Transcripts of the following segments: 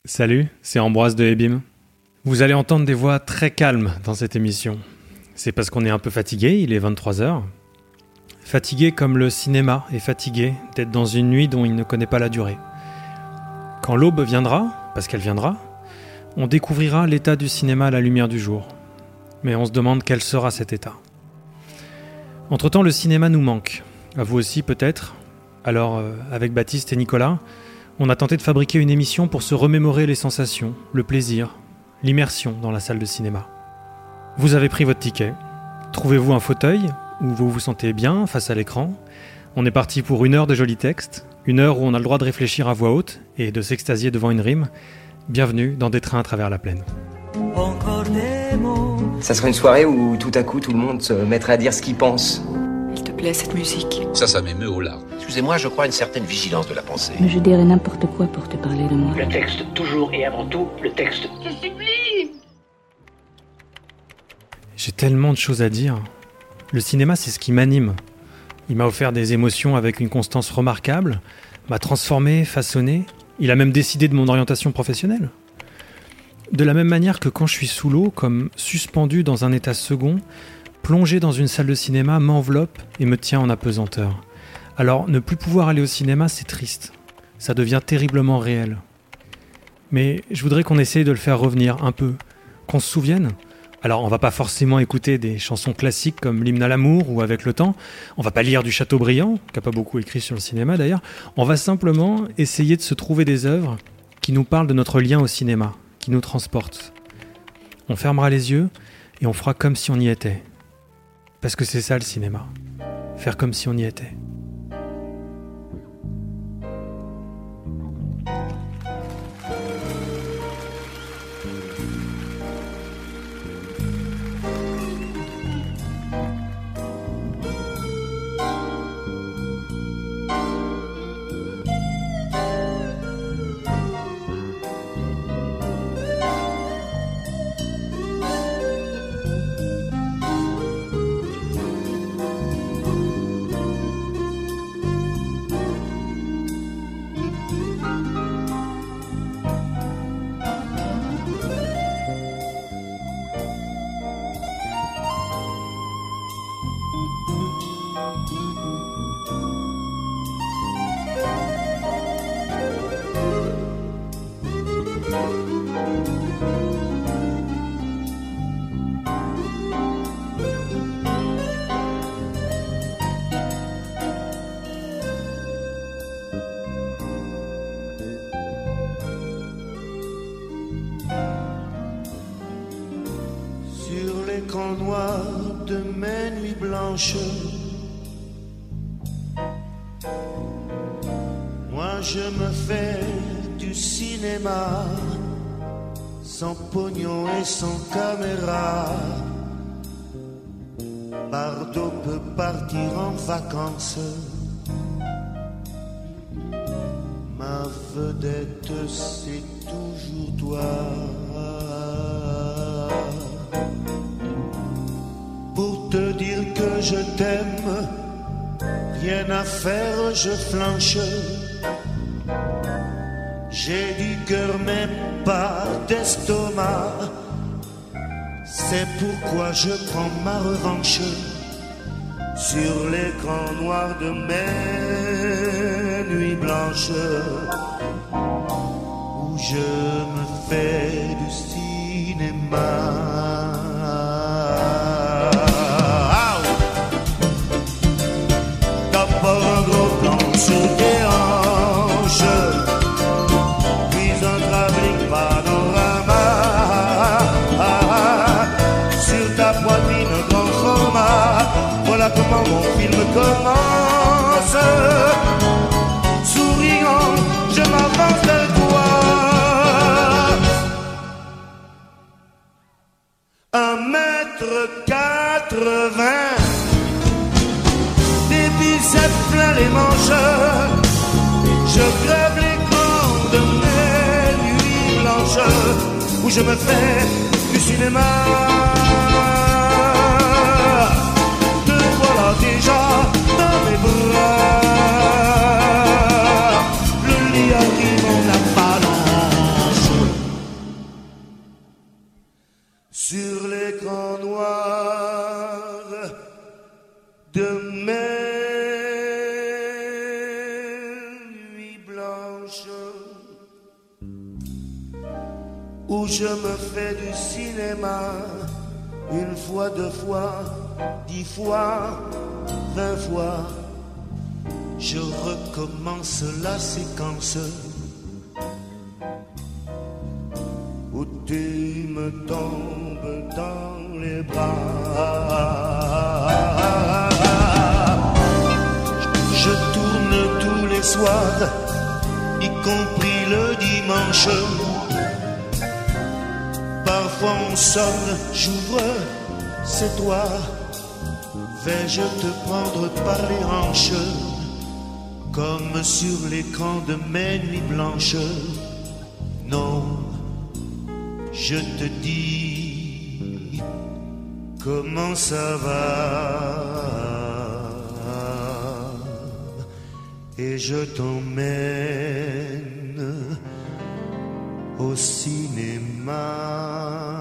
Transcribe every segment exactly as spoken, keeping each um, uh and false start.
Salut, c'est Ambroise de Ebim. Vous allez entendre des voix très calmes dans cette émission. C'est parce qu'on est un peu fatigué, il est vingt-trois heures. Fatigué comme le cinéma est fatigué d'être dans une nuit dont il ne connaît pas la durée. Quand l'aube viendra, parce qu'elle viendra, on découvrira l'état du cinéma à la lumière du jour. Mais on se demande quel sera cet état. Entre-temps, le cinéma nous manque. À vous aussi peut-être. Alors, euh, avec Baptiste et Nicolas, on a tenté de fabriquer une émission pour se remémorer les sensations, le plaisir, l'immersion dans la salle de cinéma. Vous avez pris votre ticket. Trouvez-vous un fauteuil où vous vous sentez bien face à l'écran. On est parti pour une heure de jolis textes, une heure où on a le droit de réfléchir à voix haute et de s'extasier devant une rime. Bienvenue dans Des trains à travers la plaine. Encore des mots. Ça serait une soirée où tout à coup tout le monde se mettrait à dire ce qu'il pense. Il te plaît cette musique? Ça, ça m'émeut aux larmes. Excusez-moi, je crois à une certaine vigilance de la pensée. Mais je dirais n'importe quoi pour te parler de moi. Le texte, toujours et avant tout, le texte. Je supplie! J'ai tellement de choses à dire. Le cinéma, c'est ce qui m'anime. Il m'a offert des émotions avec une constance remarquable, m'a transformé, façonné. Il a même décidé de mon orientation professionnelle. De la même manière que quand je suis sous l'eau, comme suspendu dans un état second, plongé dans une salle de cinéma m'enveloppe et me tient en apesanteur. Alors, ne plus pouvoir aller au cinéma, c'est triste. Ça devient terriblement réel. Mais je voudrais qu'on essaye de le faire revenir un peu, qu'on se souvienne. Alors, on va pas forcément écouter des chansons classiques comme l'hymne à l'amour ou Avec le temps. On va pas lire du Chateaubriand, qui a pas beaucoup écrit sur le cinéma d'ailleurs. On va simplement essayer de se trouver des œuvres qui nous parlent de notre lien au cinéma, qui nous transportent. On fermera les yeux et on fera comme si on y était. Parce que c'est ça le cinéma. Faire comme si on y était. L'écran noir de mes nuits blanches, moi je me fais du cinéma, sans pognon et sans caméra. Bardot peut partir en vacances, ma vedette c'est toujours toi. Pour te dire que je t'aime, rien à faire, je flanche. J'ai du cœur mais pas d'estomac. C'est pourquoi je prends ma revanche sur l'écran noir de mes nuits blanches, où je me fais du cinéma. Comment mon film commence. Souriant, je m'avance vers toi. Un mètre quatre-vingts, des biceps plein les manches. Je crève l'écran de mes nuits blanches, où je me fais du cinéma. Déjà dans mes bras, le lit arrive en avalanche. où je me fais du cinéma. Une fois, deux fois, dix fois, vingt fois, je recommence la séquence où tu me tombes dans les bras. Je tourne tous les soirs, y compris le dimanche. Parfois on sonne, j'ouvre, c'est toi. Vais-je te prendre par les hanches, comme sur l'écran de mes nuits blanches? Non, je te dis, comment ça va? Et je t'emmène au cinéma.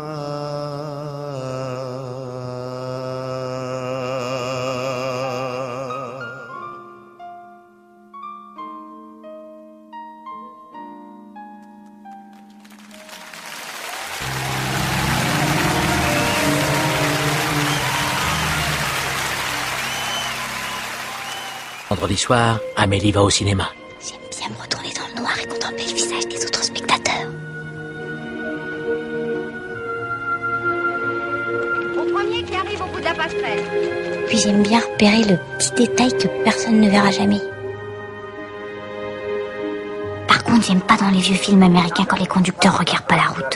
Vendredi soir, Amélie va au cinéma. J'aime bien me retourner dans le noir et contempler le visage des autres spectateurs. Au premier qui arrive au bout de la passerelle. Puis j'aime bien repérer le petit détail que personne ne verra jamais. Par contre, j'aime pas dans les vieux films américains quand les conducteurs regardent pas la route.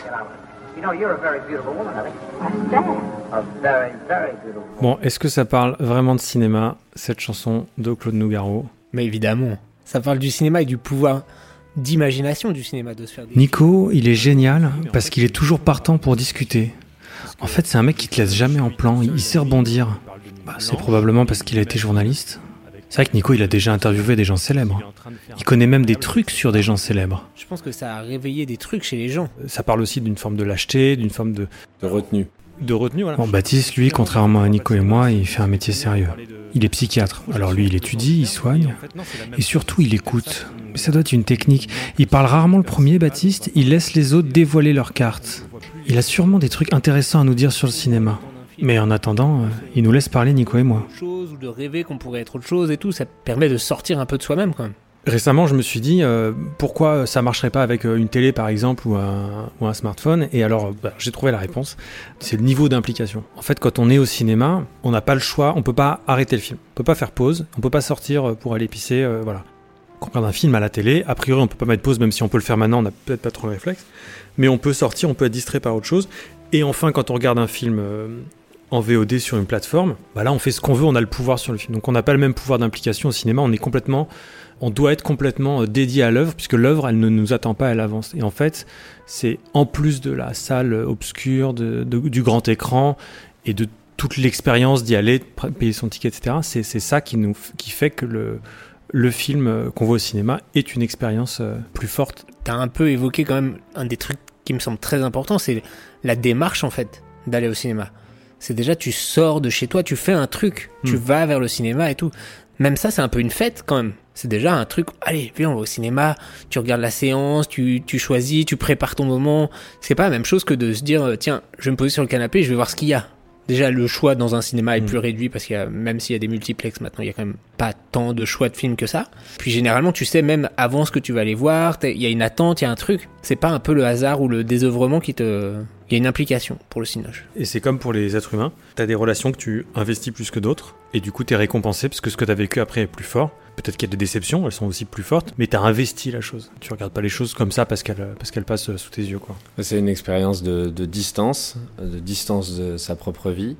Bon, est-ce que ça parle vraiment de cinéma, cette chanson de Claude Nougaro? Mais évidemment, ça parle du cinéma et du pouvoir d'imagination du cinéma, de se faire des... Nico, il est génial parce qu'il est toujours partant pour discuter. En fait, c'est un mec qui te laisse jamais en plan, il sait rebondir. Bah, c'est probablement parce qu'il a été journaliste. C'est vrai que Nico, il a déjà interviewé des gens célèbres. Il connaît même des trucs sur des gens célèbres. Je pense que ça a réveillé des trucs chez les gens. Ça parle aussi d'une forme de lâcheté, d'une forme de... De retenue. De retenue, voilà. Bon, Baptiste, lui, contrairement à Nico et moi, il fait un métier sérieux. Il est psychiatre. Alors lui, il étudie, il soigne. Et surtout, il écoute. Mais ça doit être une technique. Il parle rarement le premier, Baptiste. Il laisse les autres dévoiler leurs cartes. Il a sûrement des trucs intéressants à nous dire sur le cinéma. Mais en attendant, euh, il nous laisse parler, Nico et moi. Chose, ou de rêver qu'on pourrait être autre chose et tout, ça permet de sortir un peu de soi-même quand même. Récemment, je me suis dit euh, pourquoi ça marcherait pas avec une télé par exemple ou un, ou un smartphone. Et alors, bah, j'ai trouvé la réponse. C'est le niveau d'implication. En fait, quand on est au cinéma, on n'a pas le choix. On peut pas arrêter le film. On peut pas faire pause. On peut pas sortir pour aller pisser. Euh, voilà. Quand on regarde un film à la télé, a priori, on peut pas mettre pause, même si on peut le faire maintenant. On n'a peut-être pas trop le réflexe. Mais on peut sortir. On peut être distrait par autre chose. Et enfin, quand on regarde un film euh, en V O D sur une plateforme, bah là, on fait ce qu'on veut. On a le pouvoir sur le film. Donc, on n'a pas le même pouvoir d'implication au cinéma. On est complètement On doit être complètement dédié à l'œuvre, puisque l'œuvre, elle ne nous attend pas, elle avance. Et en fait, c'est en plus de la salle obscure, de, de, du grand écran, et de toute l'expérience d'y aller, de payer son ticket, et cetera, c'est, c'est ça qui, nous, qui fait que le, le film qu'on voit au cinéma est une expérience plus forte. T'as un peu évoqué quand même un des trucs qui me semble très important, c'est la démarche, en fait, d'aller au cinéma. C'est déjà, tu sors de chez toi, tu fais un truc, mmh. tu vas vers le cinéma et tout. Même ça, c'est un peu une fête quand même. C'est déjà un truc, allez, viens, on va au cinéma, tu regardes la séance, tu, tu choisis, tu prépares ton moment. C'est pas la même chose que de se dire, tiens, je vais me poser sur le canapé, je vais voir ce qu'il y a. Déjà, le choix dans un cinéma est mmh. plus réduit parce qu'il y a, même s'il y a des multiplexes maintenant, il y a quand même pas tant de choix de films que ça. Puis généralement, tu sais même avant ce que tu vas aller voir, il y a une attente, il y a un truc. C'est pas un peu le hasard ou le désœuvrement qui te... Il y a une implication pour le cinoche. Et c'est comme pour les êtres humains. T'as des relations que tu investis plus que d'autres. Et du coup, t'es récompensé parce que ce que t'as vécu après est plus fort. Peut-être qu'il y a des déceptions, elles sont aussi plus fortes. Mais t'as investi la chose. Tu regardes pas les choses comme ça parce qu'elles, parce qu'elles passent sous tes yeux, quoi. C'est une expérience de, de distance, de distance de sa propre vie,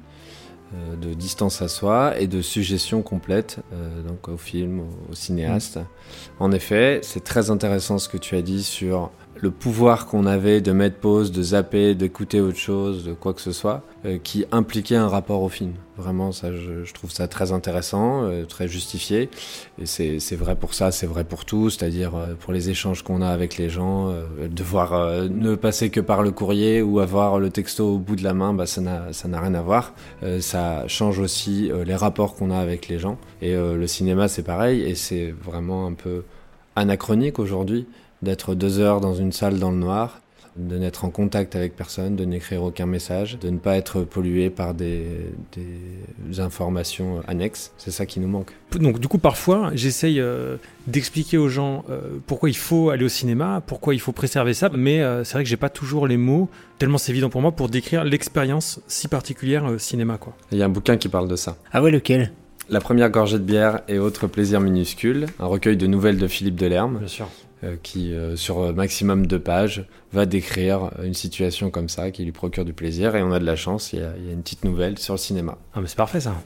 de distance à soi et de suggestion complète euh, donc au film, au, au cinéaste. Mmh. En effet, c'est très intéressant ce que tu as dit sur le pouvoir qu'on avait de mettre pause, de zapper, d'écouter autre chose, de quoi que ce soit, euh, qui impliquait un rapport au film. Vraiment, ça, je, je trouve ça très intéressant, euh, très justifié. Et c'est, c'est vrai pour ça, c'est vrai pour tout, c'est-à-dire euh, pour les échanges qu'on a avec les gens, euh, devoir euh, ne passer que par le courrier ou avoir le texto au bout de la main, bah, ça n'a, ça n'a rien à voir. Euh, ça change aussi euh, les rapports qu'on a avec les gens. Et euh, le cinéma, c'est pareil, et c'est vraiment un peu anachronique aujourd'hui d'être deux heures dans une salle dans le noir de n'être en contact avec personne, de n'écrire aucun message, de ne pas être pollué par des, des informations annexes. C'est ça qui nous manque. Donc du coup, parfois, j'essaye euh, d'expliquer aux gens euh, pourquoi il faut aller au cinéma, pourquoi il faut préserver ça, mais euh, c'est vrai que j'ai pas toujours les mots, tellement c'est évident pour moi, pour décrire l'expérience si particulière euh, cinéma, quoi. Il y a un bouquin qui parle de ça. Ah ouais, lequel ? La première gorgée de bière et autres plaisirs minuscules, un recueil de nouvelles de Philippe Delerme. Bien sûr. Euh, qui, euh, sur maximum deux pages, va décrire une situation comme ça, qui lui procure du plaisir, et on a de la chance, il y a, il y a une petite nouvelle sur le cinéma. Ah mais c'est parfait ça.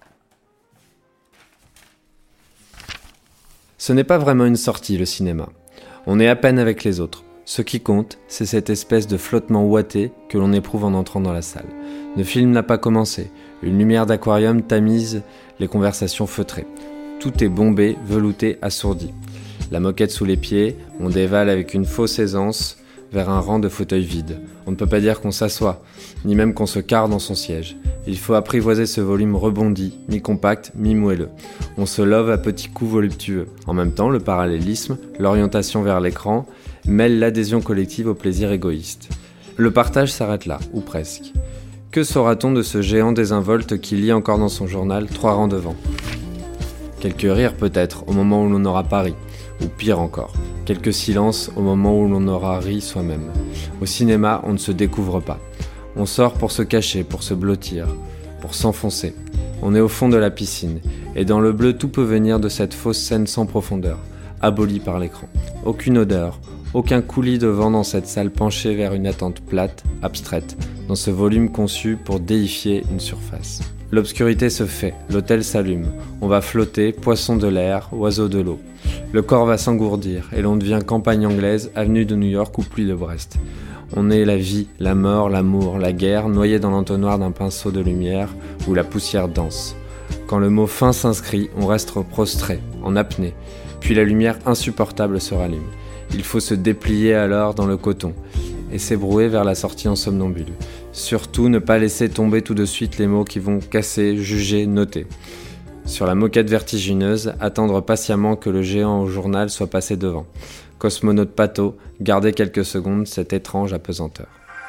Ce n'est pas vraiment une sortie, le cinéma. On est à peine avec les autres. Ce qui compte, c'est cette espèce de flottement ouaté que l'on éprouve en entrant dans la salle. Le film n'a pas commencé. Une lumière d'aquarium tamise les conversations feutrées. Tout est bombé, velouté, assourdi. La moquette sous les pieds, on dévale avec une fausse aisance vers un rang de fauteuils vides. On ne peut pas dire qu'on s'assoit, ni même qu'on se carre dans son siège. Il faut apprivoiser ce volume rebondi, mi-compact, mi-moelleux. On se love à petits coups voluptueux. En même temps, le parallélisme, l'orientation vers l'écran, mêle l'adhésion collective au plaisir égoïste. Le partage s'arrête là, ou presque. Que saura-t-on de ce géant désinvolte qui lit encore dans son journal trois rangs devant ? Quelques rires peut-être, au moment où l'on aura pari. Ou pire encore, quelques silences au moment où l'on aura ri soi-même. Au cinéma, on ne se découvre pas. On sort pour se cacher, pour se blottir, pour s'enfoncer. On est au fond de la piscine, et dans le bleu, tout peut venir de cette fausse scène sans profondeur, abolie par l'écran. Aucune odeur, aucun coulis de vent dans cette salle penchée vers une attente plate, abstraite, dans ce volume conçu pour déifier une surface. L'obscurité se fait, l'hôtel s'allume, on va flotter, poisson de l'air, oiseau de l'eau. Le corps va s'engourdir, et l'on devient campagne anglaise, avenue de New York ou pluie de Brest. On est la vie, la mort, l'amour, la guerre, noyé dans l'entonnoir d'un pinceau de lumière, où la poussière danse. Quand le mot fin s'inscrit, on reste prostré, en apnée, puis la lumière insupportable se rallume. Il faut se déplier alors dans le coton, et s'ébrouer vers la sortie en somnambule. Surtout ne pas laisser tomber tout de suite les mots qui vont casser, juger, noter. Sur la moquette vertigineuse, attendre patiemment que le géant au journal soit passé devant. Cosmonaute Pato, garder quelques secondes cette étrange apesanteur.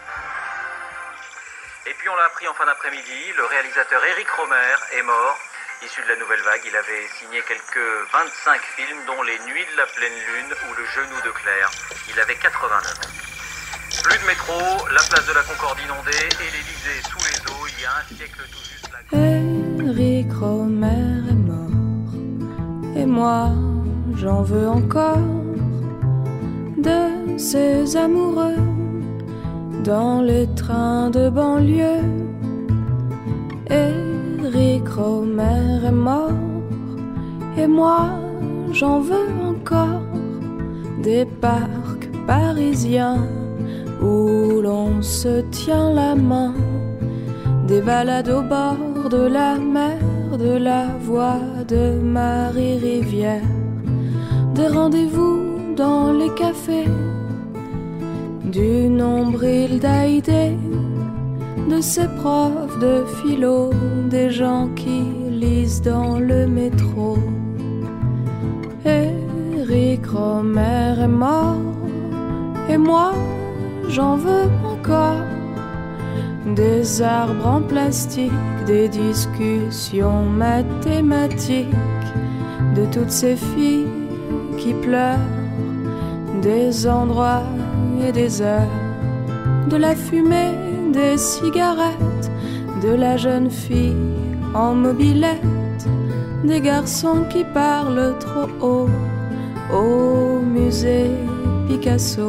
Et puis on l'a appris en fin d'après-midi, le réalisateur Eric Romer est mort. Issu de la Nouvelle Vague, il avait signé quelques vingt-cinq films, dont Les Nuits de la Pleine Lune ou Le Genou de Claire. Il avait quatre-vingt-neuf ans. Plus de métro, la place de la Concorde inondée et l'Élysée sous les eaux, il y a un siècle tout juste. La... Eric Romer est mort, et moi j'en veux encore de ces amoureux dans les trains de banlieue. Eric Romer est mort, et moi j'en veux encore des parcs parisiens où l'on se tient la main, des balades au bord de la mer, de la voix de Marie Rivière, des rendez-vous dans les cafés, du nombril d'Haïdé, de ses profs de philo, des gens qui lisent dans le métro. Eric Romer est mort, et moi j'en veux encore des arbres en plastique, des discussions mathématiques, de toutes ces filles qui pleurent, des endroits et des heures, de la fumée, des cigarettes, de la jeune fille en mobilette, des garçons qui parlent trop haut au musée Picasso.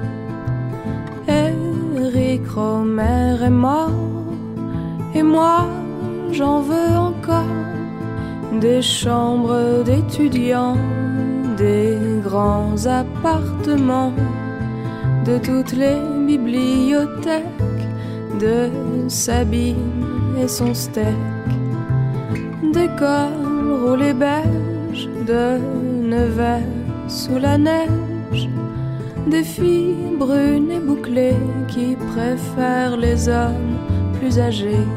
Eric Romer est mort, et moi j'en veux encore des chambres d'étudiants, des grands appartements, de toutes les bibliothèques, de Sabine et son steak, des cols roulés beige, de Nevers sous la neige, des filles brunes et bouclées qui préfèrent les hommes plus âgés.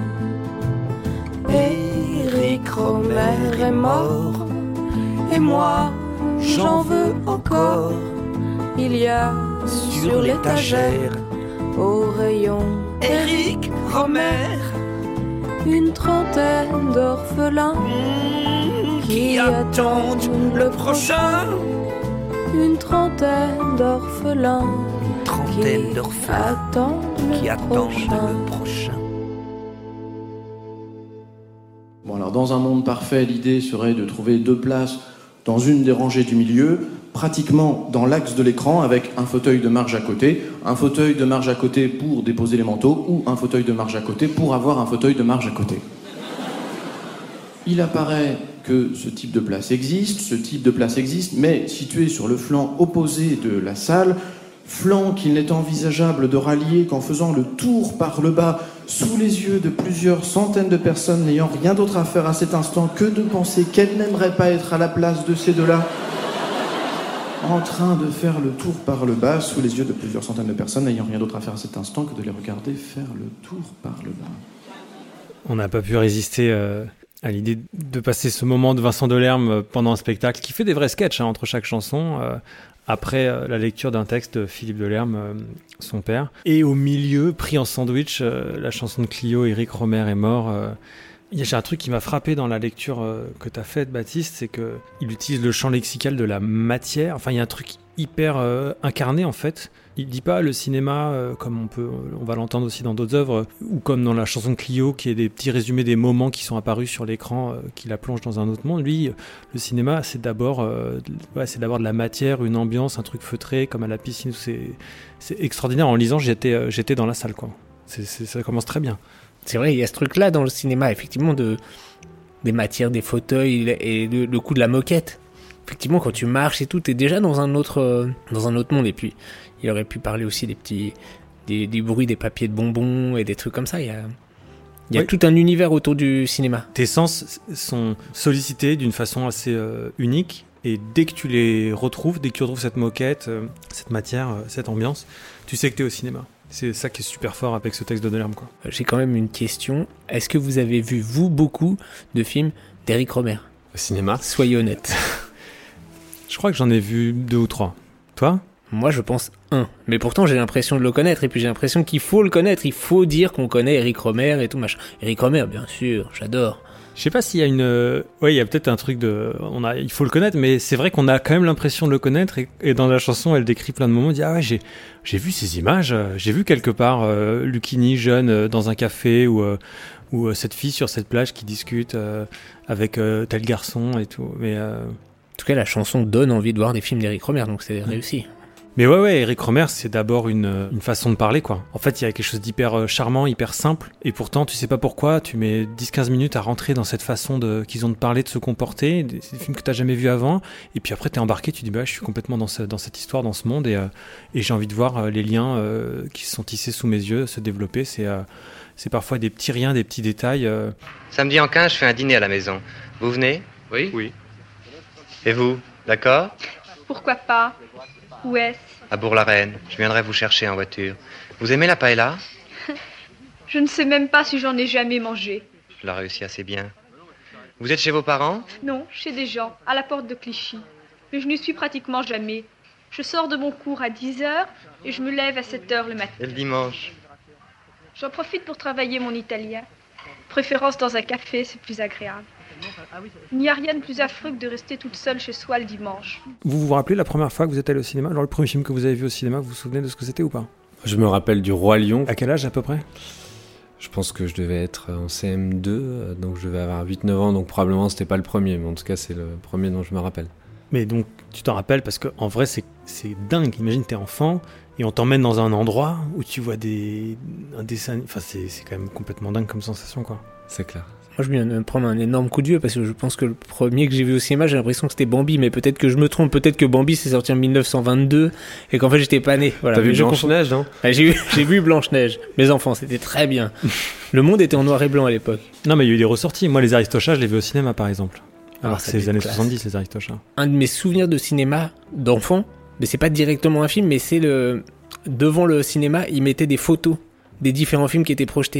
Eric Romer est mort, et moi j'en veux encore. Il y a sur l'étagère, au rayon Éric Rohmer, une trentaine d'orphelins mmh, qui, qui attendent le prochain. Une trentaine d'orphelins, une trentaine qui d'orphelins attendent qui le attendent prochain. le prochain. Bon, alors dans un monde parfait, l'idée serait de trouver deux places dans une des rangées du milieu, pratiquement dans l'axe de l'écran, avec un fauteuil de marge à côté, un fauteuil de marge à côté pour déposer les manteaux, ou un fauteuil de marge à côté pour avoir un fauteuil de marge à côté. Il apparaît que ce type de place existe, ce type de place existe, mais situé sur le flanc opposé de la salle, flanc qu'il n'est envisageable de rallier qu'en faisant le tour par le bas, sous les yeux de plusieurs centaines de personnes n'ayant rien d'autre à faire à cet instant que de penser qu'elles n'aimeraient pas être à la place de ces deux-là, en train de faire le tour par le bas, sous les yeux de plusieurs centaines de personnes n'ayant rien d'autre à faire à cet instant que de les regarder faire le tour par le bas. On n'a pas pu résister euh, à l'idée de passer ce moment de Vincent Delerme pendant un spectacle qui fait des vrais sketchs hein, entre chaque chanson, euh, après euh, la lecture d'un texte de Philippe Delerme, euh, son père. Et au milieu, pris en sandwich, euh, la chanson de Clio, Éric Rohmer est mort. Euh, Il y a un truc qui m'a frappé dans la lecture euh, que tu as faite, Baptiste, c'est qu'il utilise le champ lexical de la matière. Enfin, il y a un truc hyper euh, incarné, en fait. Il dit pas le cinéma, euh, comme on peut, on va l'entendre aussi dans d'autres œuvres, ou comme dans la chanson de Clio, qui est des petits résumés des moments qui sont apparus sur l'écran, euh, qui la plongent dans un autre monde. Lui, le cinéma, c'est d'abord, euh, ouais, c'est d'abord de la matière, une ambiance, un truc feutré, comme à la piscine. C'est, c'est extraordinaire. En lisant, j'étais, euh, j'étais dans la salle, quoi. C'est, c'est, ça commence très bien. C'est vrai, il y a ce truc-là dans le cinéma, effectivement, de, des matières, des fauteuils et le, le coup de la moquette. Effectivement, quand tu marches et tout, t'es déjà dans un autre, euh, dans un autre monde. Et puis, il aurait pu parler aussi des petits, des, des bruits des papiers de bonbons et des trucs comme ça. Il y a, il y a oui. tout un univers autour du cinéma. Tes sens sont sollicités d'une façon assez euh, unique. Et dès que tu les retrouves, dès que tu retrouves cette moquette, euh, cette matière, euh, cette ambiance, tu sais que t'es au cinéma. C'est ça qui est super fort avec ce texte de Delerme, quoi. J'ai quand même une question. Est-ce que vous avez vu, vous, beaucoup de films d'Éric Rohmer ? Au cinéma ? Soyez honnête. Je crois que j'en ai vu deux ou trois. Toi ? Moi, je pense un. Mais pourtant, j'ai l'impression de le connaître. Et puis, j'ai l'impression qu'il faut le connaître. Il faut dire qu'on connaît Éric Rohmer et tout machin. Éric Rohmer, bien sûr, j'adore. Je sais pas s'il y a une... Euh... Oui, il y a peut-être un truc de... On a... Il faut le connaître, mais c'est vrai qu'on a quand même l'impression de le connaître. Et, et dans la chanson, elle décrit plein de moments. Elle dit « Ah ouais, j'ai, j'ai vu ces images. J'ai vu quelque part euh, Lucchini jeune euh, dans un café ou, euh, ou euh, cette fille sur cette plage qui discute euh, avec euh, tel garçon et tout. » Mais... Euh... En tout cas, la chanson donne envie de voir des films d'Éric Rohmer, donc c'est mmh. réussi. Mais ouais, ouais, Éric Rohmer, c'est d'abord une, une façon de parler, quoi. En fait, il y a quelque chose d'hyper charmant, hyper simple, et pourtant, tu sais pas pourquoi, tu mets dix à quinze minutes à rentrer dans cette façon de, qu'ils ont de parler, de se comporter, des, des films que t'as jamais vus avant, et puis après, t'es embarqué, tu dis, bah, je suis complètement dans, ce, dans cette histoire, dans ce monde, et, euh, et j'ai envie de voir euh, les liens euh, qui se sont tissés sous mes yeux se développer. C'est, euh, c'est parfois des petits riens, des petits détails. Euh... Samedi en quinze, je fais un dîner à la maison. Vous venez ? Oui. Oui. Et vous ? D'accord ? Pourquoi pas ? Où est-ce ? À Bourg-la-Reine. Je viendrai vous chercher en voiture. Vous aimez la paella ? Je ne sais même pas si j'en ai jamais mangé. Je l'ai réussi assez bien. Vous êtes chez vos parents ? Non, chez des gens, à la porte de Clichy. Mais je n'y suis pratiquement jamais. Je sors de mon cours à dix heures et je me lève à sept heures le matin. Et le dimanche ? J'en profite pour travailler mon italien. Préférence dans un café, c'est plus agréable. Il n'y a rien de plus affreux que de rester toute seule chez soi le dimanche. Vous vous rappelez la première fois que vous êtes allé au cinéma ? Alors le premier film que vous avez vu au cinéma, vous vous souvenez de ce que c'était ou pas ? Je me rappelle du Roi Lion. À quel âge à peu près ? Je pense que je devais être en C M deux, donc je devais avoir huit neuf ans, donc probablement c'était pas le premier, mais en tout cas c'est le premier dont je me rappelle. Mais donc tu t'en rappelles parce qu'en vrai c'est, c'est dingue, imagine t'es enfant et on t'emmène dans un endroit où tu vois des, un dessin, enfin c'est, c'est quand même complètement dingue comme sensation, quoi. C'est clair. Moi, je viens de me prendre un énorme coup de vieux parce que je pense que le premier que j'ai vu au cinéma, j'ai l'impression que c'était Bambi, mais peut-être que je me trompe, peut-être que Bambi c'est sorti en dix-neuf cent vingt-deux et qu'en fait j'étais pas né. Voilà. T'as vu Blanche-Neige, non ? Ah, j'ai, vu, j'ai vu Blanche-Neige. Mes enfants, c'était très bien. Le monde était en noir et blanc à l'époque. Non, mais il y a eu des ressorties. Moi, les Aristochats, je les ai vus au cinéma, par exemple. Alors, Alors c'est les années classe. soixante-dix, les Aristochats. Un de mes souvenirs de cinéma d'enfant, mais c'est pas directement un film, mais c'est le devant le cinéma, ils mettaient des photos des différents films qui étaient projetés.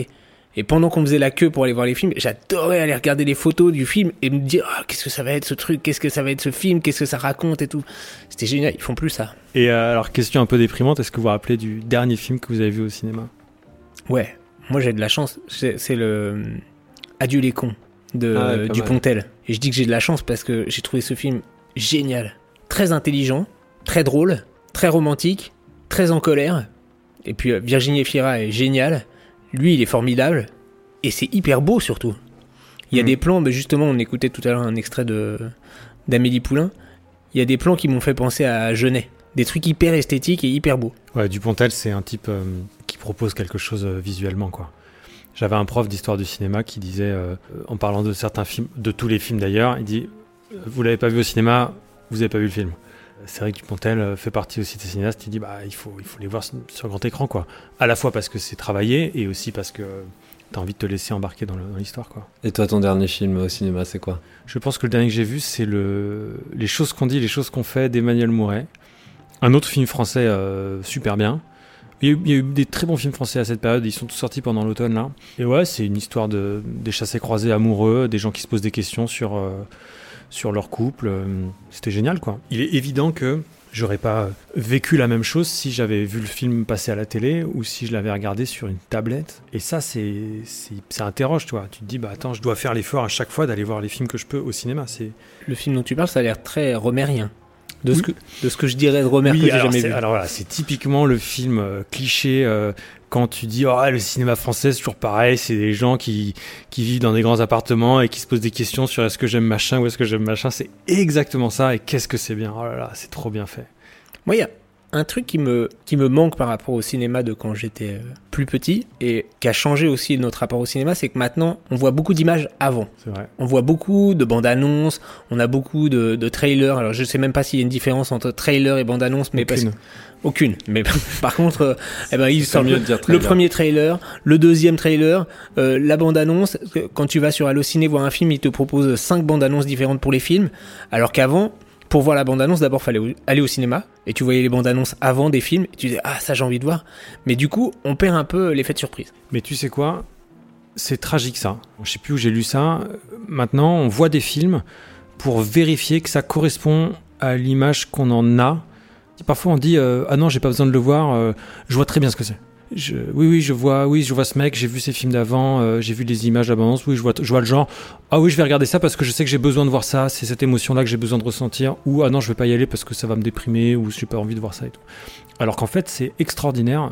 Et pendant qu'on faisait la queue pour aller voir les films, j'adorais aller regarder les photos du film et me dire ah, qu'est-ce que ça va être ce truc, qu'est-ce que ça va être ce film, qu'est-ce que ça raconte et tout. C'était génial, ils font plus ça. Et euh, alors, question un peu déprimante, est-ce que vous vous rappelez du dernier film que vous avez vu au cinéma ? Ouais, moi j'ai de la chance, c'est, c'est le Adieu les cons de ah ouais, Dupontel. Et je dis que j'ai de la chance parce que j'ai trouvé ce film génial, très intelligent, très drôle, très romantique, très en colère. Et puis euh, Virginie Efira est géniale. Lui, il est formidable, et c'est hyper beau surtout. Il y a mmh. des plans, mais justement, on écoutait tout à l'heure un extrait de, d'Amélie Poulain. Il y a des plans qui m'ont fait penser à Genet. Des trucs hyper esthétiques et hyper beaux. Ouais, Dupontel, c'est un type euh, qui propose quelque chose euh, visuellement, quoi. J'avais un prof d'histoire du cinéma qui disait, euh, en parlant de certains films, de tous les films d'ailleurs, il dit « Vous l'avez pas vu au cinéma, vous avez pas vu le film ». C'est vrai que Dupontel fait partie aussi des cinéastes. Il dit bah il faut il faut les voir sur grand écran quoi. À la fois parce que c'est travaillé et aussi parce que t'as envie de te laisser embarquer dans, le, dans l'histoire quoi. Et toi, ton dernier film au cinéma, c'est quoi ? Je pense que le dernier que j'ai vu, c'est le Les choses qu'on dit, les choses qu'on fait d'Emmanuel Mouret. Un autre film français euh, super bien. Il y, a eu, il y a eu des très bons films français à cette période. Ils sont tous sortis pendant l'automne là. Et ouais, c'est une histoire de des chassés-croisés amoureux, des gens qui se posent des questions sur euh, sur leur couple, c'était génial quoi. Il est évident que j'aurais pas vécu la même chose si j'avais vu le film passer à la télé ou si je l'avais regardé sur une tablette. Et ça, c'est, c'est, ça interroge, toi. Tu te dis, bah attends, je dois faire l'effort à chaque fois d'aller voir les films que je peux au cinéma. C'est... Le film dont tu parles, ça a l'air très romérien. De, oui. ce que, de ce que je dirais de Romer oui, que j'ai alors jamais c'est, vu. Alors voilà, c'est typiquement le film euh, cliché euh, quand tu dis oh, le cinéma français c'est toujours pareil, c'est des gens qui, qui vivent dans des grands appartements et qui se posent des questions sur est-ce que j'aime machin ou est-ce que j'aime machin. C'est exactement ça et qu'est-ce que c'est bien. Oh là là, c'est trop bien fait. Moi, il y a un truc qui me, qui me manque par rapport au cinéma de quand j'étais euh, plus petit et qui a changé aussi notre rapport au cinéma, c'est que maintenant, on voit beaucoup d'images avant. C'est vrai. On voit beaucoup de bandes-annonces, on a beaucoup de, de trailers. Alors, je sais même pas s'il y a une différence entre trailer et bande-annonce, mais aucune. Parce... Aucune. Mais par contre, euh, eh ben, il sort le, le premier trailer, le deuxième trailer, euh, la bande-annonce. Quand tu vas sur Allociné voir un film, il te propose cinq bandes-annonces différentes pour les films, alors qu'avant, pour voir la bande-annonce, d'abord, fallait aller au cinéma, et tu voyais les bandes-annonces avant des films, et tu disais, ah, ça, j'ai envie de voir. Mais du coup, on perd un peu l'effet de surprise. Mais tu sais quoi ? C'est tragique, ça. Je sais plus où j'ai lu ça. Maintenant, on voit des films pour vérifier que ça correspond à l'image qu'on en a. Parfois, on dit, euh, ah non, j'ai pas besoin de le voir, euh, je vois très bien ce que c'est. Je, oui, oui, je vois, oui, je vois ce mec, j'ai vu ses films d'avant, euh, j'ai vu les images d'abondance, oui, je vois, je vois le genre. Ah oui, je vais regarder ça parce que je sais que j'ai besoin de voir ça, c'est cette émotion-là que j'ai besoin de ressentir. Ou ah non, je vais pas y aller parce que ça va me déprimer ou j'ai pas envie de voir ça et tout. Alors qu'en fait, c'est extraordinaire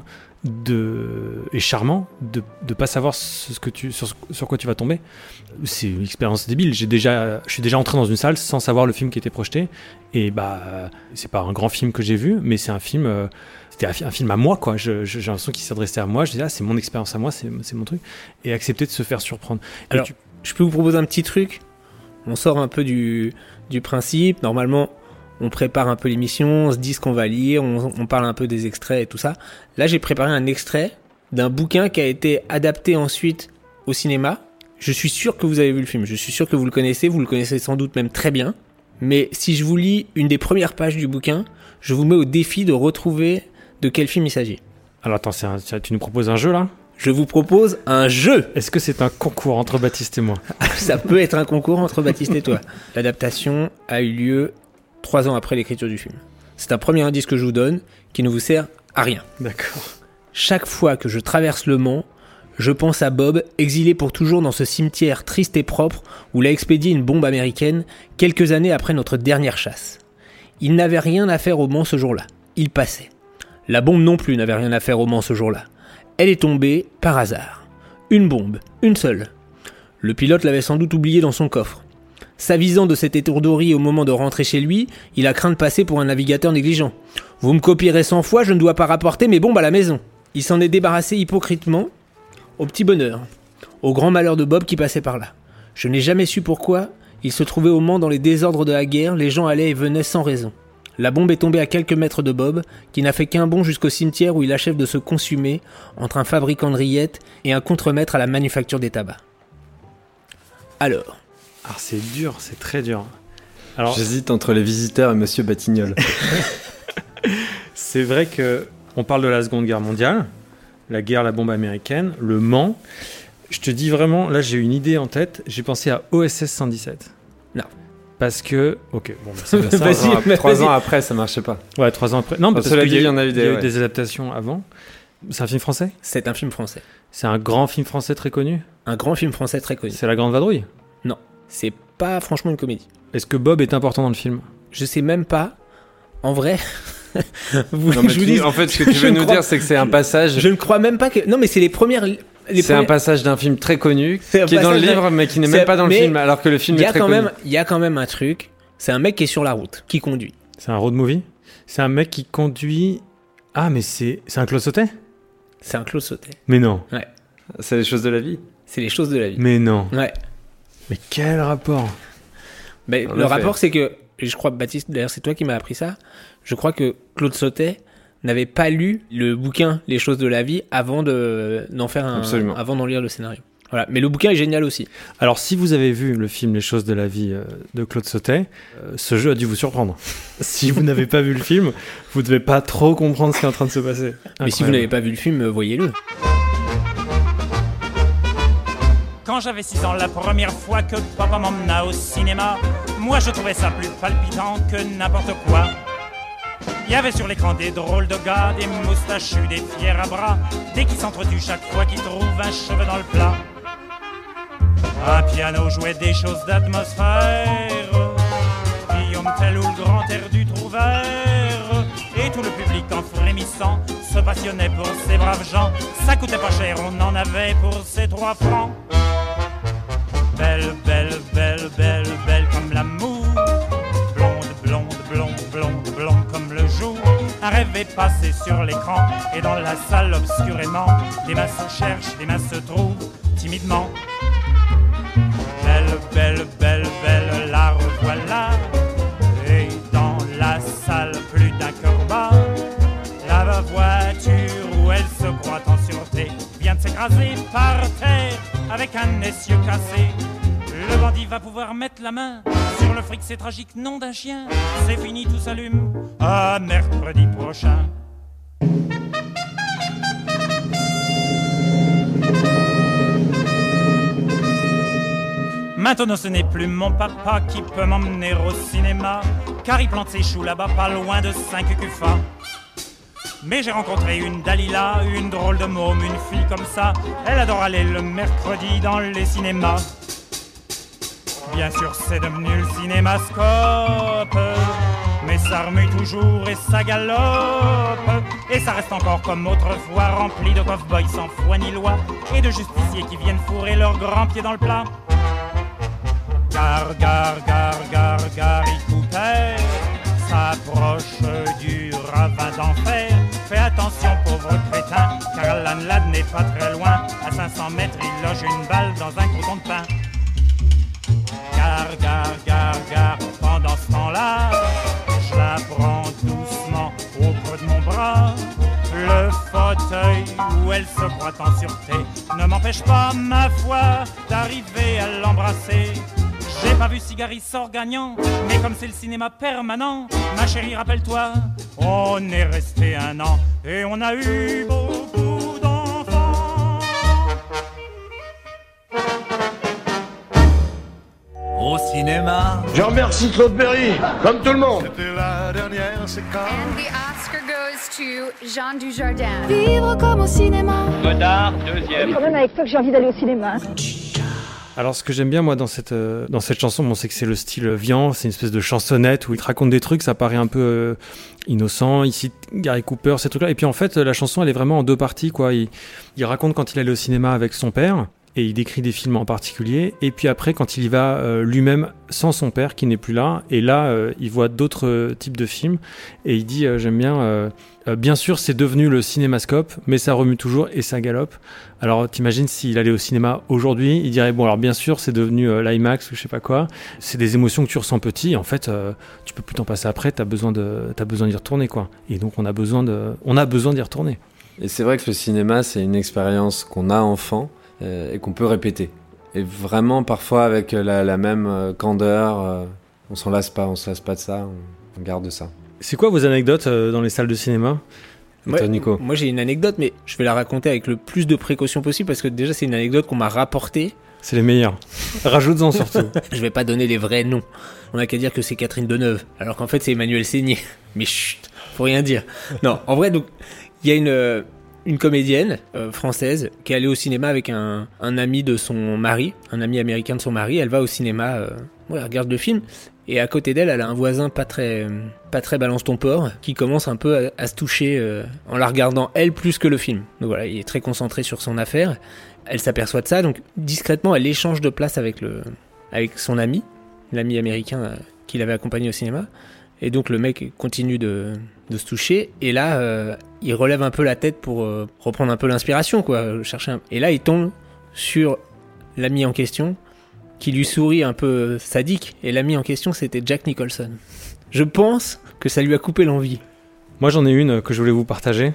de et charmant de de pas savoir ce, ce que tu sur, sur quoi tu vas tomber. C'est une expérience débile. J'ai déjà, je suis déjà entré dans une salle sans savoir le film qui était projeté et bah c'est pas un grand film que j'ai vu, mais c'est un film. Euh, C'était un film à moi, quoi. Je, je, j'ai l'impression qu'il s'adressait à moi. Je disais, ah, c'est mon expérience à moi, c'est, c'est mon truc. Et accepter de se faire surprendre. Et Alors, tu... je peux vous proposer un petit truc. On sort un peu du, du principe. Normalement, on prépare un peu l'émission, on se dit ce qu'on va lire, on, on parle un peu des extraits et tout ça. Là, j'ai préparé un extrait d'un bouquin qui a été adapté ensuite au cinéma. Je suis sûr que vous avez vu le film. Je suis sûr que vous le connaissez. Vous le connaissez sans doute même très bien. Mais si je vous lis une des premières pages du bouquin, je vous mets au défi de retrouver de quel film il s'agit. Alors attends, c'est un, tu nous proposes un jeu là ? Je vous propose un jeu. Est-ce que c'est un concours entre Baptiste et moi ? Ça peut être un concours entre Baptiste et toi. L'adaptation a eu lieu trois ans après l'écriture du film. C'est un premier indice que je vous donne qui ne vous sert à rien. D'accord. Chaque fois que je traverse le Mans, je pense à Bob, exilé pour toujours dans ce cimetière triste et propre où l'a expédié une bombe américaine quelques années après notre dernière chasse. Il n'avait rien à faire au Mans ce jour-là. Il passait. La bombe non plus n'avait rien à faire au Mans ce jour-là. Elle est tombée par hasard. Une bombe, une seule. Le pilote l'avait sans doute oubliée dans son coffre. S'avisant de cette étourderie au moment de rentrer chez lui, il a craint de passer pour un navigateur négligent. « Vous me copierez cent fois, je ne dois pas rapporter mes bombes à la maison. » Il s'en est débarrassé hypocritement, au petit bonheur, au grand malheur de Bob qui passait par là. Je n'ai jamais su pourquoi il se trouvait au Mans dans les désordres de la guerre, les gens allaient et venaient sans raison. La bombe est tombée à quelques mètres de Bob, qui n'a fait qu'un bond jusqu'au cimetière où il achève de se consumer entre un fabricant de rillettes et un contremaître à la manufacture des tabacs. Alors Ah, c'est dur, c'est très dur. Alors, j'hésite entre les visiteurs et Monsieur Batignolles. C'est vrai que on parle de la Seconde Guerre mondiale, la guerre, la bombe américaine, le Mans. Je te dis vraiment, là j'ai une idée en tête, j'ai pensé à O S S cent dix-sept. Non. Parce que... Ok, bon, bah, c'est bien ça. Vas-y, Non, mais trois vas-y. ans après, ça marchait pas. Ouais, trois ans après. Non, Enfin, parce cela qu'il dit, y, il y a- en a eu il y a des, eu ouais. des adaptations avant. C'est un film français ? C'est un film français. C'est un grand film français très connu ? Un grand film français très connu. C'est La Grande Vadrouille ? Non, c'est pas franchement une comédie. Est-ce que Bob est important dans le film ? Je sais même pas. En vrai... vous, Non, mais je vous tu- dis, en fait, ce que tu je veux ne nous crois- dire, c'est que c'est un passage. Je ne crois même pas que... Non, mais c'est les premières... Les C'est un premières- passage d'un film très connu C'est un qui est dans le passage d'un- livre, mais qui n'est c'est- même pas dans le mais film, alors que le film Il y est a très quand connu. même, il y a quand même un truc. C'est un mec qui est sur la route, qui conduit. C'est un road movie ? C'est un mec qui conduit... Ah, mais c'est, c'est un Claude Sautet ? C'est un Claude Sautet. Mais non. Ouais. C'est les choses de la vie. C'est les choses de la vie. Mais non. Ouais. Mais quel rapport ? Mais En le effet. rapport, c'est que, et je crois, Baptiste, d'ailleurs, c'est toi qui m'as appris ça. Je crois que Claude Sautet n'avait pas lu le bouquin Les choses de la vie avant de d'en faire un, Absolument. avant d'en lire le scénario. Voilà. Mais le bouquin est génial aussi. Alors, si vous avez vu le film Les choses de la vie euh, de Claude Sautet, euh, ce jeu a dû vous surprendre. Si vous n'avez pas vu le film, vous ne devez pas trop comprendre ce qui est en train de se passer. Mais si vous n'avez pas vu le film, voyez-le. Quand j'avais six ans, la première fois que papa m'emmena au cinéma, moi je trouvais ça plus palpitant que n'importe quoi. Il y avait sur l'écran des drôles de gars, des moustachus, des fiers à bras, des qui s'entretuent chaque fois qu'ils trouvent un cheveu dans le plat. Un piano jouait des choses d'atmosphère, Guillaume Tell ou le grand air du Trouvert, et tout le public en frémissant se passionnait pour ces braves gens. Ça coûtait pas cher, on en avait pour ces trois francs. Belle, belle, belle, belle, belle comme l'amour, blonde, blonde, blonde, blonde, blonde comme le jour. Un rêve est passé sur l'écran, et dans la salle obscurément, des mains se cherchent, des mains se trouvent timidement. Belle, belle, belle, belle, la revoilà, et dans la salle plus d'un cœur bat. La voiture où elle se croit en sûreté vient de s'écraser par terre avec un essieu cassé. Le bandit va pouvoir mettre la main sur le fric, c'est tragique, nom d'un chien. C'est fini, tout s'allume, à mercredi prochain. Maintenant ce n'est plus mon papa qui peut m'emmener au cinéma, car il plante ses choux là-bas pas loin de Saint-Cucufa. Mais j'ai rencontré une Dalila, une drôle de môme, une fille comme ça. Elle adore aller le mercredi dans les cinémas. Bien sûr c'est devenu le cinémascope, mais ça remue toujours et ça galope. Et ça reste encore comme autrefois, rempli de cow-boys sans foi ni loi, et de justiciers qui viennent fourrer leurs grands pieds dans le plat. Gare, gare, gare, gare, Gary Cooper s'approche du ravin d'enfer. Fais attention pauvre crétin, car Alan Ladd n'est pas très loin. À cinq cents mètres il loge une balle dans un crouton de pain. Gare, gare, gare, gare, pendant ce temps-là, je la prends doucement au creux de mon bras. Le fauteuil où elle se croit en sûreté ne m'empêche pas, ma foi, d'arriver à l'embrasser. J'ai pas vu Cigari sort gagnant, mais comme c'est le cinéma permanent, ma chérie, rappelle-toi, on est resté un an et on a eu beaucoup d'enfants. Au cinéma. Je remercie Claude Berry, comme tout le monde. C'était la dernière séquence. And the Oscar goes to Jean Dujardin. Vivre comme au cinéma. Godard, deuxième. C'est quand même avec toi que j'ai envie d'aller au cinéma. Alors, ce que j'aime bien, moi, dans cette, euh, dans cette chanson, bon, c'est que c'est le style Vian, c'est une espèce de chansonnette où il te raconte des trucs, ça paraît un peu euh, innocent. Il cite Gary Cooper, ces trucs-là. Et puis, en fait, la chanson, elle est vraiment en deux parties, quoi. Il, il raconte quand il allait au cinéma avec son père, et il décrit des films en particulier. Et puis après, quand il y va euh, lui-même sans son père, qui n'est plus là, et là, euh, il voit d'autres euh, types de films, et il dit, euh, j'aime bien... Euh, Euh, bien sûr, c'est devenu le cinémascope, mais ça remue toujours et ça galope. Alors, t'imagines s'il allait au cinéma aujourd'hui, il dirait, bon, alors bien sûr, c'est devenu euh, l'IMAX ou je sais pas quoi. C'est des émotions que tu ressens petit. En fait, euh, tu peux plus t'en passer après, t'as besoin de, t'as besoin d'y retourner, quoi. Et donc, on a besoin de, on a besoin d'y retourner. Et c'est vrai que le cinéma, c'est une expérience qu'on a enfant euh, et qu'on peut répéter. Et vraiment, parfois, avec la, la même euh, candeur, euh, on s'en lasse pas, on se lasse pas de ça, on, on garde ça. C'est quoi vos anecdotes euh, dans les salles de cinéma ? Ouais, toi, Nico? Moi, j'ai une anecdote, mais je vais la raconter avec le plus de précaution possible parce que déjà, c'est une anecdote qu'on m'a rapportée. C'est les meilleurs. Rajoute-en surtout. Je vais pas donner les vrais noms. On a qu'à dire que c'est Catherine Deneuve, alors qu'en fait, c'est Emmanuel Seigné. Mais chut, faut rien dire. Non, en vrai, donc, il y a une, euh, une comédienne euh, française qui est allée au cinéma avec un, un ami de son mari, un ami américain de son mari. Elle va au cinéma, euh, ouais, elle regarde le film. Et à côté d'elle, elle a un voisin pas très, pas très balance ton porc, qui commence un peu à, à se toucher euh, en la regardant elle plus que le film. Donc voilà, il est très concentré sur son affaire. Elle s'aperçoit de ça, donc discrètement, elle échange de place avec le, avec son ami, l'ami américain euh, qui l'avait accompagné au cinéma. Et donc le mec continue de, de se toucher. Et là, euh, il relève un peu la tête pour euh, reprendre un peu l'inspiration, quoi. Chercher un... Et là, il tombe sur l'ami en question, qui lui sourit un peu sadique, et l'ami en question c'était Jack Nicholson. Je pense que ça lui a coupé l'envie. Moi j'en ai une que je voulais vous partager.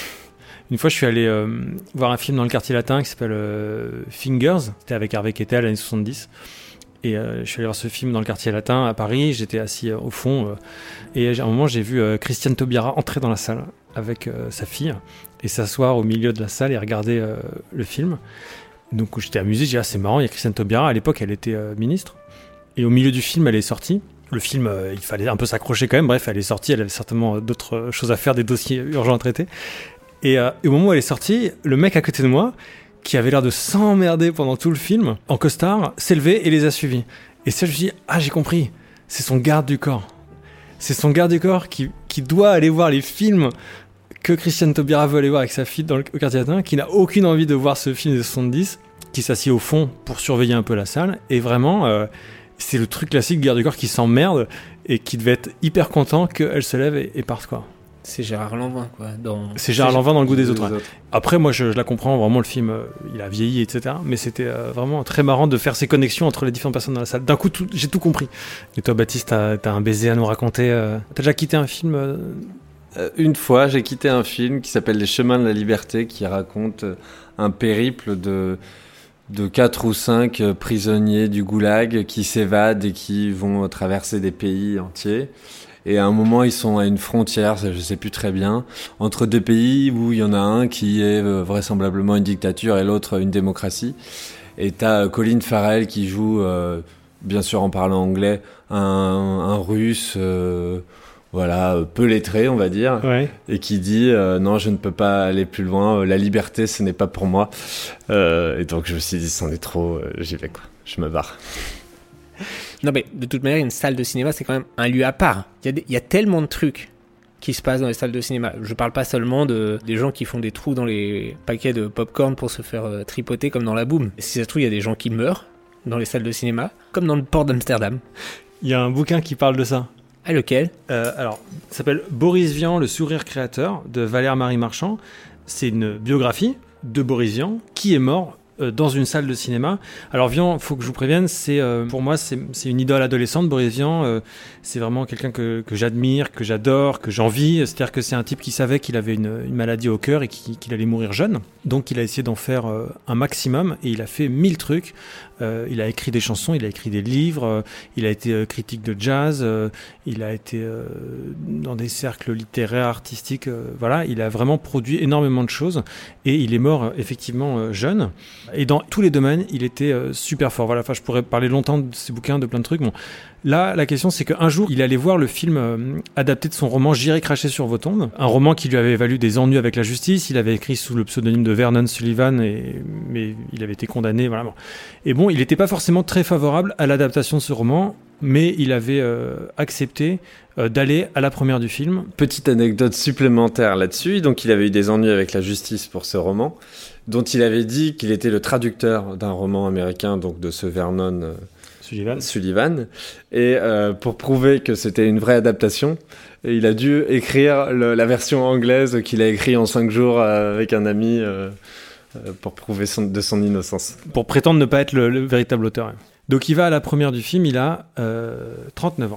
Une fois je suis allé euh, voir un film dans le quartier latin qui s'appelle euh, Fingers, c'était avec Harvey Keitel, années soixante-dix, et euh, je suis allé voir ce film dans le quartier latin à Paris, j'étais assis euh, au fond, euh, et à un moment j'ai vu euh, Christiane Taubira entrer dans la salle avec euh, sa fille, et s'asseoir au milieu de la salle et regarder euh, le film. Donc j'étais amusé, j'ai dit ah c'est marrant, il y a Christiane Taubira, à l'époque elle était euh, ministre, et au milieu du film elle est sortie. Le film, euh, il fallait un peu s'accrocher quand même, bref elle est sortie, elle avait certainement d'autres choses à faire, des dossiers urgents à traiter. Et, euh, et au moment où elle est sortie, le mec à côté de moi, qui avait l'air de s'emmerder pendant tout le film, en costard, s'est levé et les a suivis. Et ça je me suis dit, ah j'ai compris, c'est son garde du corps. C'est son garde du corps qui, qui doit aller voir les films que Christiane Taubira veut aller voir avec sa fille dans le, au quartier latin, qui n'a aucune envie de voir ce film des soixante-dix, qui s'assied au fond pour surveiller un peu la salle, et vraiment, euh, c'est le truc classique garde du corps qui s'emmerde, et qui devait être hyper content qu'elle se lève et, et parte, quoi. C'est Gérard Lanvin, quoi. Dans... C'est Gérard Lanvin dans Le goût des, des autres. autres. Ouais. Après, moi, je, je la comprends, vraiment, le film, euh, il a vieilli, et cetera. Mais c'était euh, vraiment très marrant de faire ces connexions entre les différentes personnes dans la salle. D'un coup, tout, j'ai tout compris. Et toi, Baptiste, t'as, t'as un baiser à nous raconter. Euh... T'as déjà quitté un film euh... Euh, une fois, j'ai quitté un film qui s'appelle Les Chemins de la Liberté, qui raconte un périple de, de quatre ou cinq prisonniers du goulag qui s'évadent et qui vont traverser des pays entiers. Et à un moment, ils sont à une frontière, je sais plus très bien, entre deux pays où il y en a un qui est vraisemblablement une dictature et l'autre une démocratie. Et t'as Colin Farrell qui joue, euh, bien sûr en parlant anglais, un, un russe... Euh, voilà, peu lettré, on va dire, ouais. Et qui dit euh, non, je ne peux pas aller plus loin, la liberté, ce n'est pas pour moi. Euh, et donc je me suis dit, c'en est trop, euh, j'y vais, quoi, je me barre. Non, mais de toute manière, une salle de cinéma, c'est quand même un lieu à part. Il y a, des, il y a tellement de trucs qui se passent dans les salles de cinéma. Je parle pas seulement de, des gens qui font des trous dans les paquets de popcorn pour se faire euh, tripoter comme dans la boum. Si ça se trouve, il y a des gens qui meurent dans les salles de cinéma, comme dans le port d'Amsterdam. Il y a un bouquin qui parle de ça. Ah, lequel ? euh, Alors, ça s'appelle Boris Vian, le sourire créateur, de Valère-Marie Marchand. C'est une biographie de Boris Vian, qui est mort euh, dans une salle de cinéma. Alors Vian, faut que je vous prévienne, c'est euh, pour moi c'est, c'est une idole adolescente. Boris Vian, euh, c'est vraiment quelqu'un que, que j'admire, que j'adore, que j'envie. C'est-à-dire que c'est un type qui savait qu'il avait une, une maladie au cœur et qui, qu'il allait mourir jeune. Donc il a essayé d'en faire euh, un maximum et il a fait mille trucs. Euh, il a écrit des chansons, il a écrit des livres, euh, il a été euh, critique de jazz, euh, il a été euh, dans des cercles littéraires, artistiques, euh, voilà, il a vraiment produit énormément de choses et il est mort euh, effectivement euh, jeune. Et dans tous les domaines, il était euh, super fort. Voilà, enfin, je pourrais parler longtemps de ces bouquins, de plein de trucs. Bon, là, la question, c'est qu'un jour, il allait voir le film euh, adapté de son roman J'irai cracher sur vos tombes, un roman qui lui avait valu des ennuis avec la justice. Il avait écrit sous le pseudonyme de Vernon Sullivan, et, mais il avait été condamné. Voilà. Bon. Et bon, il n'était pas forcément très favorable à l'adaptation de ce roman, mais il avait euh, accepté euh, d'aller à la première du film. Petite anecdote supplémentaire là-dessus. Donc, il avait eu des ennuis avec la justice pour ce roman, dont il avait dit qu'il était le traducteur d'un roman américain, donc de ce Vernon euh, Sullivan. Sullivan. Et euh, pour prouver que c'était une vraie adaptation, il a dû écrire le, la version anglaise qu'il a écrite en cinq jours euh, avec un ami euh, euh, pour prouver son, de son innocence. Pour prétendre ne pas être le, le véritable auteur. Hein. Donc il va à la première du film, il a euh, trente-neuf ans.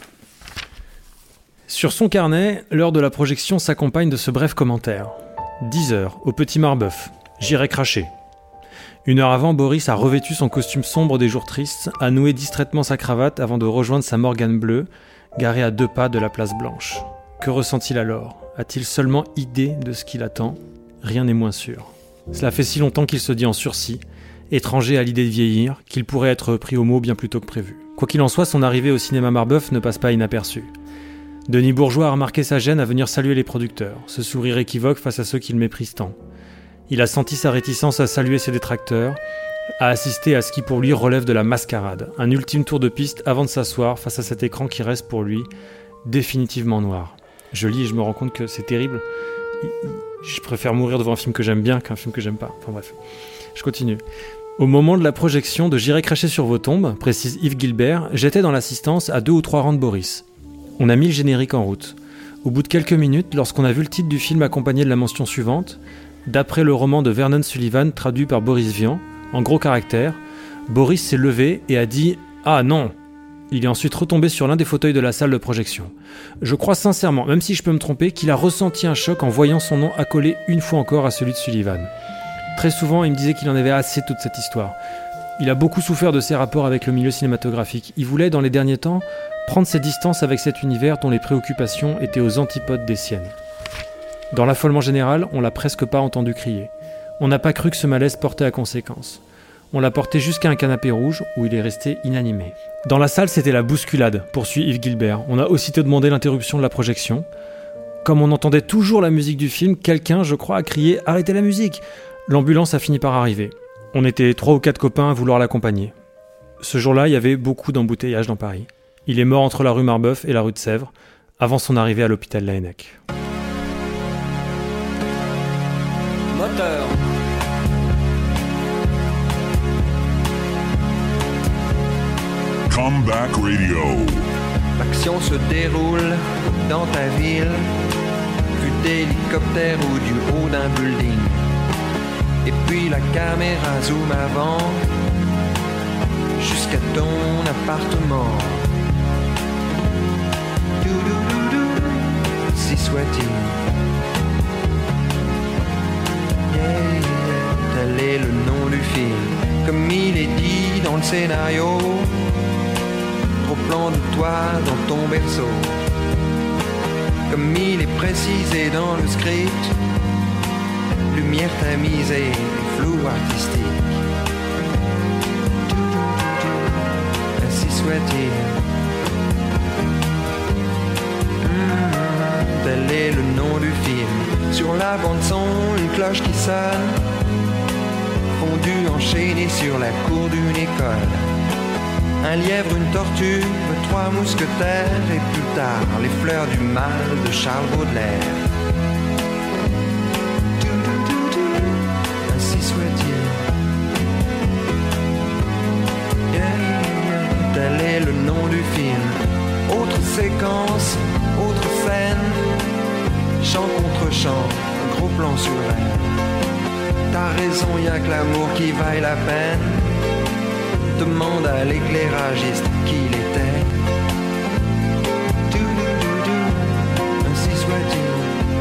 Sur son carnet, l'heure de la projection s'accompagne de ce bref commentaire. dix heures, au Petit Marbeuf. J'irai cracher. Une heure avant, Boris a revêtu son costume sombre des jours tristes, a noué distraitement sa cravate avant de rejoindre sa Morgane bleue, garée à deux pas de la place Blanche. Que ressent-il alors ? A-t-il seulement idée de ce qu'il attend ? Rien n'est moins sûr. Cela fait si longtemps qu'il se dit en sursis, étranger à l'idée de vieillir, qu'il pourrait être pris au mot bien plus tôt que prévu. Quoi qu'il en soit, son arrivée au cinéma Marbeuf ne passe pas inaperçue. Denis Bourgeois a remarqué sa gêne à venir saluer les producteurs, ce sourire équivoque face à ceux qui le méprisent tant. Il a senti sa réticence à saluer ses détracteurs, à assister à ce qui pour lui relève de la mascarade, un ultime tour de piste avant de s'asseoir face à cet écran qui reste pour lui définitivement noir. Je lis et je me rends compte que c'est terrible. Je préfère mourir devant un film que j'aime bien qu'un film que j'aime pas. Enfin bref, je continue. Au moment de la projection de J'irai cracher sur vos tombes, précise Yves Gilbert, j'étais dans l'assistance à deux ou trois rangs de Boris. On a mis le générique en route. Au bout de quelques minutes, lorsqu'on a vu le titre du film accompagné de la mention suivante, d'après le roman de Vernon Sullivan traduit par Boris Vian, en gros caractères, Boris s'est levé et a dit « Ah non !» Il est ensuite retombé sur l'un des fauteuils de la salle de projection. Je crois sincèrement, même si je peux me tromper, qu'il a ressenti un choc en voyant son nom accolé une fois encore à celui de Sullivan. Très souvent, il me disait qu'il en avait assez de toute cette histoire. Il a beaucoup souffert de ses rapports avec le milieu cinématographique. Il voulait, dans les derniers temps, prendre ses distances avec cet univers dont les préoccupations étaient aux antipodes des siennes. Dans l'affolement général, on l'a presque pas entendu crier. On n'a pas cru que ce malaise portait à conséquence. On l'a porté jusqu'à un canapé rouge où il est resté inanimé. Dans la salle, c'était la bousculade, poursuit Yves Gilbert. On a aussitôt demandé l'interruption de la projection. Comme on entendait toujours la musique du film, quelqu'un, je crois, a crié « Arrêtez la musique !» L'ambulance a fini par arriver. On était trois ou quatre copains à vouloir l'accompagner. Ce jour-là, il y avait beaucoup d'embouteillages dans Paris. Il est mort entre la rue Marbeuf et la rue de Sèvres, avant son arrivée à l'hôpital Laennec. Moteur. Comeback Radio. L'action se déroule dans ta ville, vue d'hélicoptère ou du haut d'un building. Et puis la caméra zoom avant, jusqu'à ton appartement. Doudoudou, si soit-il. Yeah, yeah, tel est le nom du film, comme il est dit dans le scénario. Au plan de toi dans ton berceau, comme il est précisé dans le script, lumière tamisée, flou artistique. Ainsi soit-il. Mmh, tel est le nom du film. Sur la bande son, une cloche qui sonne, fondue enchaînée sur la cour d'une école. Un lièvre, une tortue, trois mousquetaires et plus tard les fleurs du mal de Charles Baudelaire. Ainsi soit-il. Yeah, yeah, tel est le nom du film. Autre séquence, autre scène, chant contre chant, gros plan sur elle. T'as raison, y'a que l'amour qui vaille la peine. Demande à l'éclairagiste qui il était. Doudoudou, ainsi soit-il.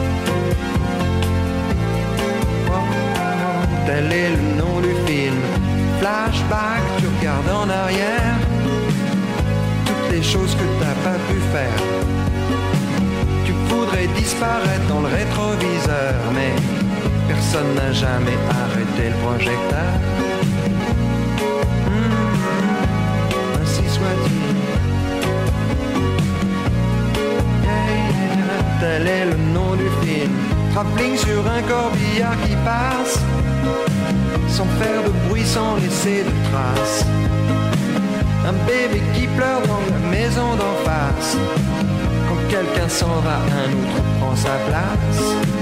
Oh, oh, tel est le nom du film. Flashback, tu regardes en arrière, toutes les choses que t'as pas pu faire. Tu voudrais disparaître dans le rétroviseur, mais personne n'a jamais arrêté le projecteur. Tel est le nom du film. Travelling sur un corbillard qui passe, sans faire de bruit, sans laisser de traces. Un bébé qui pleure dans la maison d'en face. Quand quelqu'un s'en va, un autre prend sa place.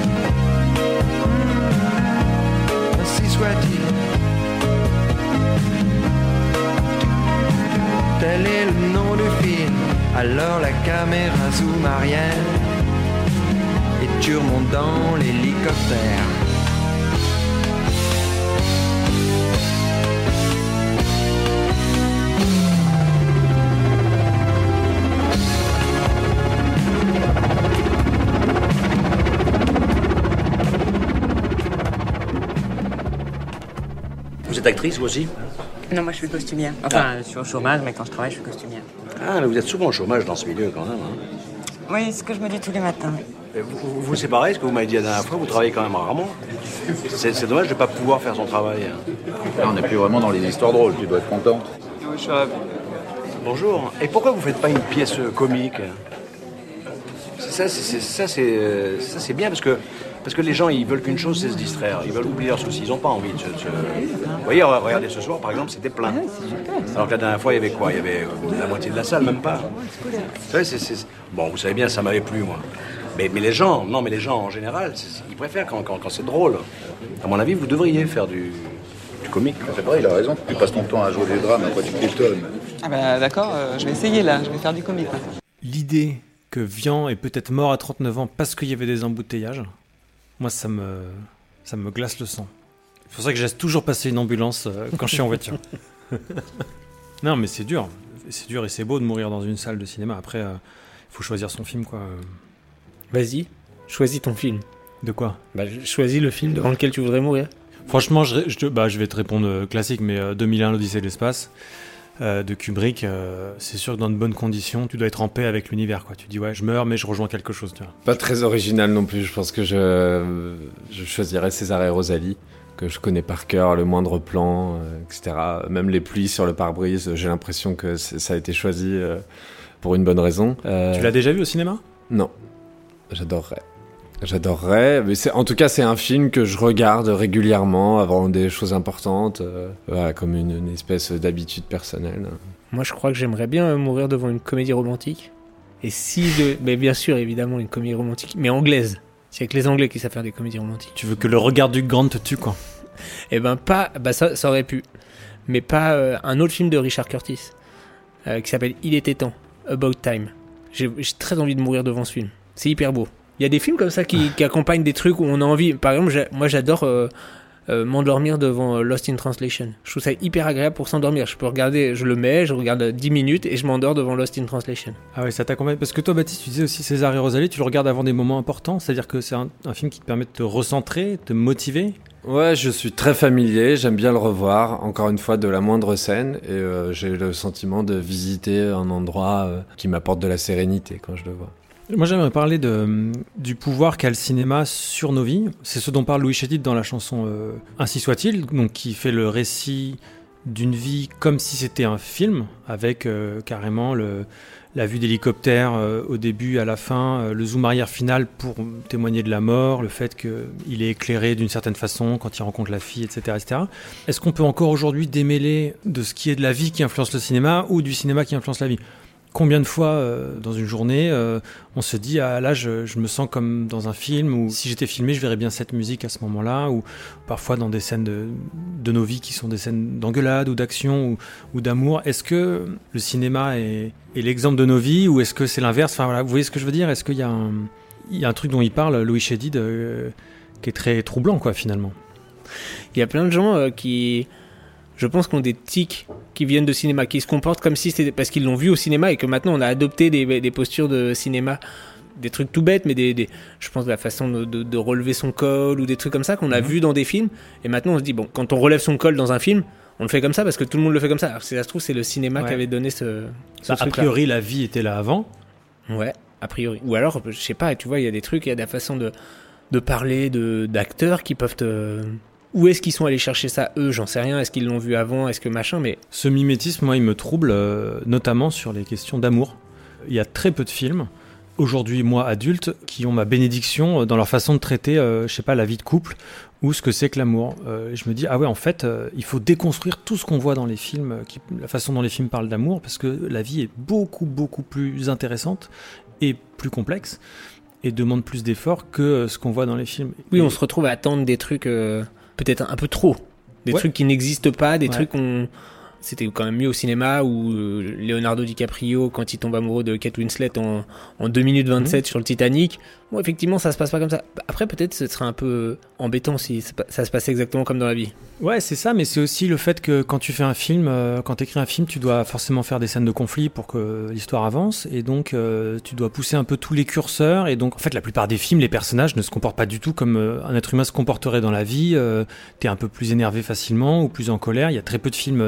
Mmh, ainsi soit-il. Tel est le nom du film. Alors la caméra zoom arrière et tu remontes dans l'hélicoptère. Vous êtes actrice, vous aussi? Non, moi je suis costumière. Enfin, ah. je suis au chômage, mais quand je travaille, je suis costumière. Ah, mais vous êtes souvent au chômage dans ce milieu quand même. Hein. Oui, c'est ce que je me dis tous les matins. Et vous, vous c'est pareil, ce que vous m'avez dit la dernière fois, vous travaillez quand même rarement. C'est, c'est dommage de ne pas pouvoir faire son travail. Là, on n'est plus vraiment dans les histoires drôles, tu dois être contente. Oui, je suis ravi. Bonjour. Et pourquoi vous ne faites pas une pièce comique ? Ça, c'est, c'est, ça, c'est, ça, c'est bien parce que, parce que les gens, ils veulent qu'une chose, c'est se distraire. Ils veulent oublier leurs soucis. Ils n'ont pas envie de se... se... Vous voyez, regardez, ce soir, par exemple, c'était plein. Alors que la dernière fois, il y avait quoi ? Il y avait la moitié de la salle, même pas. Vous savez, c'est, c'est... Bon, vous savez bien, ça m'avait plu, moi. Mais, mais les gens, non, mais les gens, en général, c'est, ils préfèrent quand, quand, quand c'est drôle. À mon avis, vous devriez faire du, du comique. C'est vrai, il a raison. Tu passes ton temps à jouer des drames, après tu piétonnes. Ah bah d'accord, euh, je vais essayer, là. Je vais faire du comique. Là. L'idée que Vian est peut-être mort à trente-neuf ans parce qu'il y avait des embouteillages, moi, ça me, ça me glace le sang. C'est pour ça que je laisse toujours passer une ambulance euh, quand je suis en voiture. Non, mais c'est dur. C'est dur et c'est beau de mourir dans une salle de cinéma. Après, il euh, faut choisir son film, quoi. Vas-y, choisis ton film. De quoi ? Bah, choisis le film dans lequel tu voudrais mourir. Franchement, je, je, bah, je vais te répondre euh, classique, mais euh, deux mille un, l'Odyssée de l'espace. Euh, de Kubrick, euh, c'est sûr que dans de bonnes conditions, tu dois être en paix avec l'univers, quoi. Tu dis ouais, je meurs, mais je rejoins quelque chose, tu vois. Pas très original non plus. Je pense que je, je choisirais César et Rosalie, que je connais par cœur, le moindre plan, euh, et cetera. Même les pluies sur le pare-brise, j'ai l'impression que ça a été choisi euh, pour une bonne raison. Euh... Tu l'as déjà vu au cinéma ? Non, j'adorerais. J'adorerais, mais c'est, en tout cas c'est un film que je regarde régulièrement avant des choses importantes, euh, voilà, comme une, une espèce d'habitude personnelle. Moi je crois que j'aimerais bien mourir devant une comédie romantique, et si de... mais bien sûr évidemment une comédie romantique, mais anglaise, c'est que les Anglais qui savent faire des comédies romantiques. Tu veux que le regard du Grant te tue, quoi. Eh ben pas, bah ça, ça aurait pu, mais pas euh, un autre film de Richard Curtis, euh, qui s'appelle Il était temps, About Time. J'ai, j'ai très envie de mourir devant ce film, c'est hyper beau. Il y a des films comme ça qui, qui accompagnent des trucs où on a envie. Par exemple, j'ai, moi j'adore euh, euh, m'endormir devant Lost in Translation. Je trouve ça hyper agréable pour s'endormir. Je peux regarder, je le mets, je regarde dix minutes et je m'endors devant Lost in Translation. Ah ouais, ça t'accompagne. Parce que toi, Baptiste, tu disais aussi César et Rosalie, tu le regardes avant des moments importants. C'est-à-dire que c'est un, un film qui te permet de te recentrer, de te motiver. Ouais, je suis très familier, j'aime bien le revoir, encore une fois, de la moindre scène. Et euh, j'ai le sentiment de visiter un endroit euh, qui m'apporte de la sérénité quand je le vois. Moi, j'aimerais parler de, du pouvoir qu'a le cinéma sur nos vies. C'est ce dont parle Louis Chédid dans la chanson euh, Ainsi soit-il, donc qui fait le récit d'une vie comme si c'était un film, avec euh, carrément le, la vue d'hélicoptère euh, au début, à la fin, euh, le zoom arrière final pour témoigner de la mort, le fait qu'il est éclairé d'une certaine façon quand il rencontre la fille, et cetera, et cetera. Est-ce qu'on peut encore aujourd'hui démêler de ce qui est de la vie qui influence le cinéma ou du cinéma qui influence la vie ? Combien de fois euh, dans une journée, euh, on se dit ah là je, je me sens comme dans un film, ou si j'étais filmé je verrais bien cette musique à ce moment-là, ou parfois dans des scènes de, de nos vies qui sont des scènes d'engueulade ou d'action ou, ou d'amour. Est-ce que le cinéma est, est l'exemple de nos vies, ou est-ce que c'est l'inverse ? Enfin voilà, vous voyez ce que je veux dire ? Est-ce qu'il y a un, il y a un truc dont il parle, Louis Chédid, euh, qui est très troublant, quoi, finalement. Il y a plein de gens euh, qui, je pense, qui ont des tics qui viennent de cinéma, qui se comportent comme si c'était parce qu'ils l'ont vu au cinéma et que maintenant on a adopté des, des postures de cinéma, des trucs tout bêtes, mais des, des je pense de la façon de, de, de relever son col ou des trucs comme ça qu'on a mmh. vu dans des films, et maintenant on se dit bon, quand on relève son col dans un film, on le fait comme ça parce que tout le monde le fait comme ça. Alors si ça se trouve c'est le cinéma ouais. qui avait donné ce, ce bah, a priori la vie était là avant. Ouais, a priori. Ou alors je sais pas, tu vois, il y a des trucs, il y a des façons de de parler de d'acteurs qui peuvent te... Où est-ce qu'ils sont allés chercher ça, eux ? J'en sais rien. Est-ce qu'ils l'ont vu avant ? Est-ce que machin ? Mais ce mimétisme, moi, il me trouble, euh, notamment sur les questions d'amour. Il y a très peu de films, aujourd'hui, moi, adulte, qui ont ma bénédiction dans leur façon de traiter, euh, je sais pas, la vie de couple ou ce que c'est que l'amour. Euh, je me dis, ah ouais, en fait, euh, il faut déconstruire tout ce qu'on voit dans les films, qui, la façon dont les films parlent d'amour, parce que la vie est beaucoup, beaucoup plus intéressante et plus complexe et demande plus d'efforts que ce qu'on voit dans les films. Oui, et... on se retrouve à attendre des trucs... Euh... peut-être un peu trop, des ouais. trucs qui n'existent pas, des ouais. trucs qu'on... C'était quand même mieux au cinéma où euh, Leonardo DiCaprio, quand il tombe amoureux de Kate Winslet en, en deux minutes vingt-sept mmh. sur le Titanic, bon, effectivement ça se passe pas comme ça. Après peut-être ce serait un peu embêtant si ça se passait exactement comme dans la vie. Ouais, c'est ça, mais c'est aussi le fait que quand tu fais un film, euh, quand tu écris un film, tu dois forcément faire des scènes de conflit pour que l'histoire avance, et donc euh, tu dois pousser un peu tous les curseurs, et donc en fait la plupart des films, les personnages ne se comportent pas du tout comme euh, un être humain se comporterait dans la vie. Euh, t'es un peu plus énervé facilement ou plus en colère, il y a très peu de films naturalistes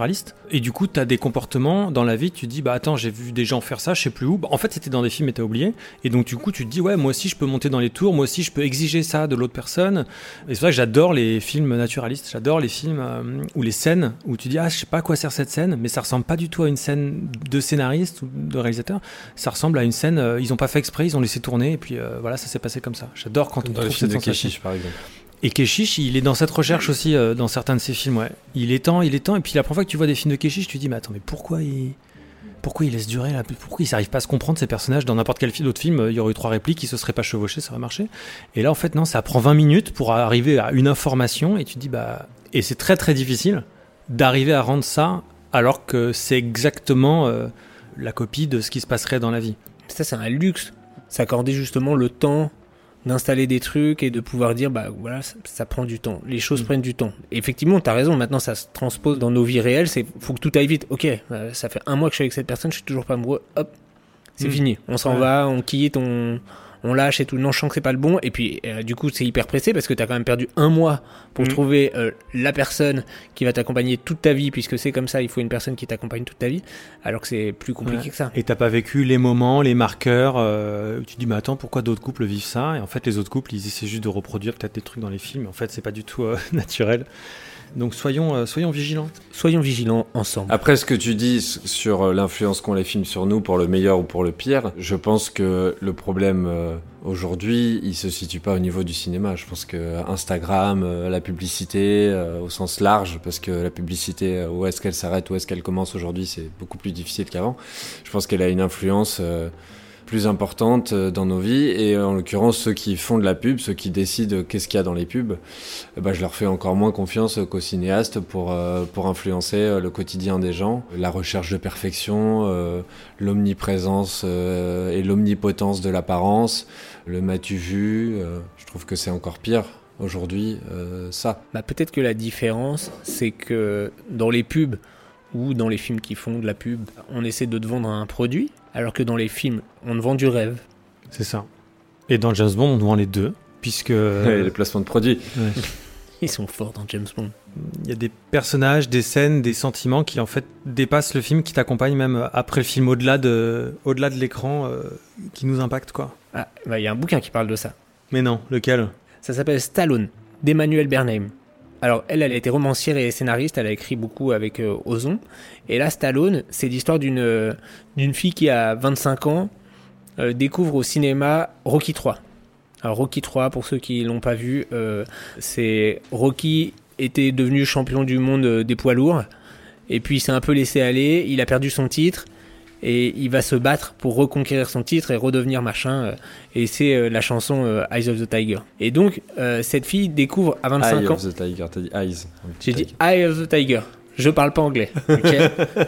naturaliste. Et du coup, t'as des comportements dans la vie, tu te dis, bah attends, j'ai vu des gens faire ça, je sais plus où. Bah, en fait, c'était dans des films et t'as oublié. Et donc, du coup, tu te dis, ouais, moi aussi, je peux monter dans les tours, moi aussi, je peux exiger ça de l'autre personne. Et c'est vrai que j'adore les films naturalistes, j'adore les films euh, ou les scènes où tu dis, ah, je sais pas à quoi sert cette scène, mais ça ressemble pas du tout à une scène de scénariste ou de réalisateur. Ça ressemble à une scène, euh, ils ont pas fait exprès, ils ont laissé tourner, et puis euh, voilà, ça s'est passé comme ça. J'adore quand Comme on dans les trouve films cette de sensation. Keshish, par exemple. Et Keshish, il est dans cette recherche aussi euh, dans certains de ses films, ouais. Il est temps, il est temps. Et puis la première fois que tu vois des films de Keshish, tu te dis, mais attends, mais pourquoi il, pourquoi il laisse durer là ? Pourquoi il n'arrive pas à se comprendre ces personnages ? Dans n'importe quel film, d'autres films, il y aurait eu trois répliques, ils se seraient pas chevauchés, ça aurait marché. Et là, en fait, non, ça prend vingt minutes pour arriver à une information, et tu te dis, bah, et c'est très très difficile d'arriver à rendre ça, alors que c'est exactement euh, la copie de ce qui se passerait dans la vie. Ça, c'est un luxe. S'accorder justement le temps d'installer des trucs et de pouvoir dire bah voilà ça, ça prend du temps, les choses mmh. prennent du temps. Et effectivement t'as raison, maintenant ça se transpose dans nos vies réelles, c'est faut que tout aille vite. Ok, euh, ça fait un mois que je suis avec cette personne, je suis toujours pas amoureux, hop c'est mmh. fini, on s'en ouais. va, on quitte, on on lâche et tout. Non, je sens que c'est pas le bon. Et puis, euh, du coup, c'est hyper pressé parce que t'as quand même perdu un mois pour mmh. trouver euh, la personne qui va t'accompagner toute ta vie, puisque c'est comme ça, il faut une personne qui t'accompagne toute ta vie, alors que c'est plus compliqué ouais. que ça. Et t'as pas vécu les moments, les marqueurs, euh, où tu te dis, mais attends, pourquoi d'autres couples vivent ça ? Et en fait, les autres couples, ils essaient juste de reproduire peut-être des trucs dans les films. En fait, c'est pas du tout euh, naturel. Donc soyons, euh, soyons vigilants. Soyons vigilants ensemble. Après, ce que tu dis sur l'influence qu'ont les films sur nous, pour le meilleur ou pour le pire, je pense que le problème euh, aujourd'hui, il se situe pas au niveau du cinéma. Je pense que Instagram, euh, la publicité euh, au sens large, parce que la publicité, euh, où est-ce qu'elle s'arrête, où est-ce qu'elle commence aujourd'hui, c'est beaucoup plus difficile qu'avant. Je pense qu'elle a une influence euh, plus importante dans nos vies, et en l'occurrence ceux qui font de la pub, ceux qui décident qu'est-ce qu'il y a dans les pubs, eh ben, je leur fais encore moins confiance qu'aux cinéastes pour, euh, pour influencer le quotidien des gens. La recherche de perfection, euh, l'omniprésence euh, et l'omnipotence de l'apparence, le m'as-tu vu, euh, je trouve que c'est encore pire aujourd'hui, euh, ça. Bah, peut-être que la différence, c'est que dans les pubs ou dans les films qui font de la pub, on essaie de te vendre un produit, alors que dans les films, on te vend du rêve. C'est ça. Et dans James Bond, on te vend les deux, puisque... Ouais, les placements de produits. Ouais. Ils sont forts dans James Bond. Il y a des personnages, des scènes, des sentiments qui en fait dépassent le film, qui t'accompagnent même après le film, au-delà de, au-delà de l'écran, euh, qui nous impactent, quoi. Ah, bah, y a un bouquin qui parle de ça. Mais non, lequel ? Ça s'appelle Stallone, d'Emmanuel Bernheim. Alors, elle, elle a été romancière et scénariste, elle a écrit beaucoup avec euh, Ozon. Et là, Stallone, c'est l'histoire d'une, euh, d'une fille qui a vingt-cinq ans, euh, découvre au cinéma Rocky trois. Alors, Rocky trois, pour ceux qui l'ont pas vu, euh, c'est Rocky était devenu champion du monde des poids lourds, et puis il s'est un peu laissé aller, il a perdu son titre, et il va se battre pour reconquérir son titre et redevenir machin, euh, et c'est euh, la chanson euh, Eyes of the Tiger. Et donc, euh, cette fille découvre à vingt-cinq Eye ans... Eye of the Tiger, t'as dit Eyes. J'ai dit Eye of the Tiger, je parle pas anglais, ok.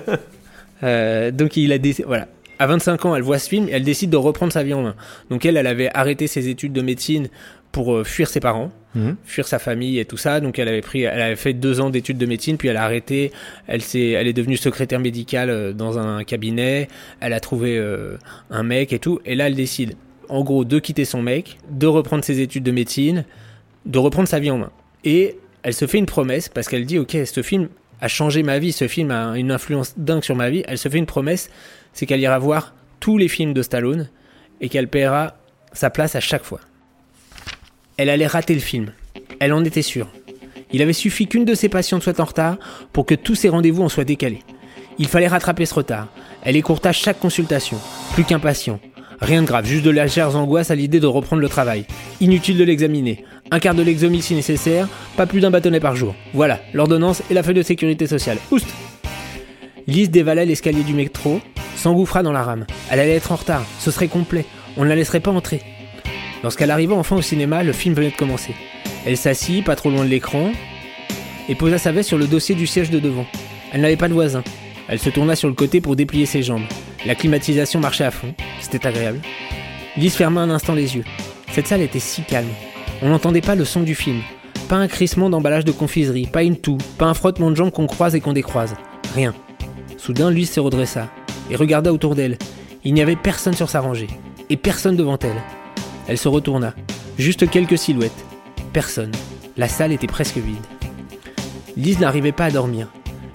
euh, Donc il a décidé... Voilà. À vingt-cinq ans, elle voit ce film et elle décide de reprendre sa vie en main. Donc elle, elle avait arrêté ses études de médecine pour euh, fuir ses parents, mmh. fuir sa famille et tout ça. Donc elle avait pris, elle avait fait deux ans d'études de médecine, puis elle a arrêté. Elle s'est, elle est devenue secrétaire médicale euh, dans un cabinet. Elle a trouvé euh, un mec et tout. Et là, elle décide, en gros, de quitter son mec, de reprendre ses études de médecine, de reprendre sa vie en main. Et elle se fait une promesse parce qu'elle dit, ok, ce film a changé ma vie, ce film a une influence dingue sur ma vie. Elle se fait une promesse, c'est qu'elle ira voir tous les films de Stallone et qu'elle paiera sa place à chaque fois. Elle allait rater le film. Elle en était sûre. Il avait suffi qu'une de ses patientes soit en retard pour que tous ses rendez-vous en soient décalés. Il fallait rattraper ce retard. Elle écourta chaque consultation. Plus qu'un patient. Rien de grave, juste de légères angoisses à l'idée de reprendre le travail. Inutile de l'examiner. Un quart de l'exomie si nécessaire, pas plus d'un bâtonnet par jour. Voilà, l'ordonnance et la feuille de sécurité sociale. Oust! Lise dévala l'escalier du métro, s'engouffra dans la rame. Elle allait être en retard, ce serait complet. On ne la laisserait pas entrer. Lorsqu'elle arriva enfin au cinéma, le film venait de commencer. Elle s'assit, pas trop loin de l'écran, et posa sa veste sur le dossier du siège de devant. Elle n'avait pas de voisin. Elle se tourna sur le côté pour déplier ses jambes. La climatisation marchait à fond, c'était agréable. Lise ferma un instant les yeux. Cette salle était si calme. On n'entendait pas le son du film. Pas un crissement d'emballage de confiserie, pas une toux, pas un frottement de jambes qu'on croise et qu'on décroise. Rien. Soudain, Lise se redressa et regarda autour d'elle. Il n'y avait personne sur sa rangée, et personne devant elle. Elle se retourna. Juste quelques silhouettes. Personne. La salle était presque vide. Lise n'arrivait pas à dormir.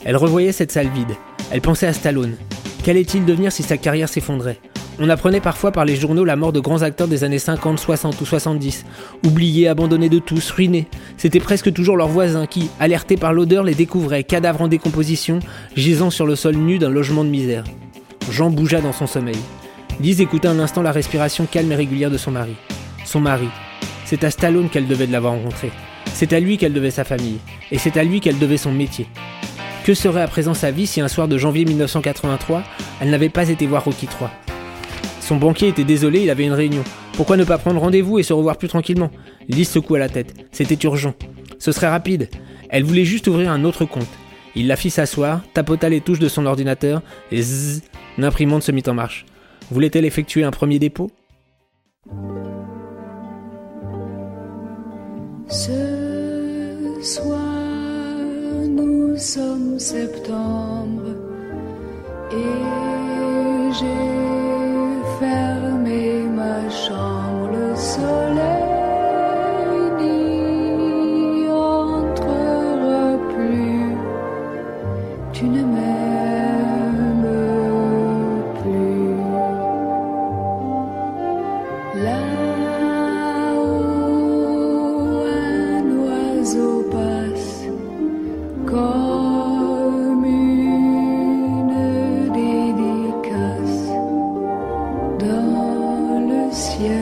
Elle revoyait cette salle vide. Elle pensait à Stallone. Qu'allait-il devenir si sa carrière s'effondrait ? On apprenait parfois par les journaux la mort de grands acteurs des années cinquante, soixante ou soixante-dix. Oubliés, abandonnés de tous, ruinés. C'était presque toujours leurs voisins qui, alertés par l'odeur, les découvraient, cadavres en décomposition, gisant sur le sol nu d'un logement de misère. Jean bougea dans son sommeil. Lise écouta un instant la respiration calme et régulière de son mari. Son mari. C'est à Stallone qu'elle devait de l'avoir rencontré. C'est à lui qu'elle devait sa famille. Et c'est à lui qu'elle devait son métier. Que serait à présent sa vie si un soir de janvier dix-neuf cent quatre-vingt-trois, elle n'avait pas été voir Rocky trois ? Son banquier était désolé, il avait une réunion. Pourquoi ne pas prendre rendez-vous et se revoir plus tranquillement ? Lise secoua la tête. C'était urgent. Ce serait rapide. Elle voulait juste ouvrir un autre compte. Il la fit s'asseoir, tapota les touches de son ordinateur et zzz, l'imprimante se mit en marche. Voulait-elle effectuer un premier dépôt ? Ce soir, nous sommes septembre et j'ai fermé ma chambre. Le soleil n'y entrera plus. Tu ne m'aimes plus. Là-haut, un oiseau passe comme une dédicace dans le ciel.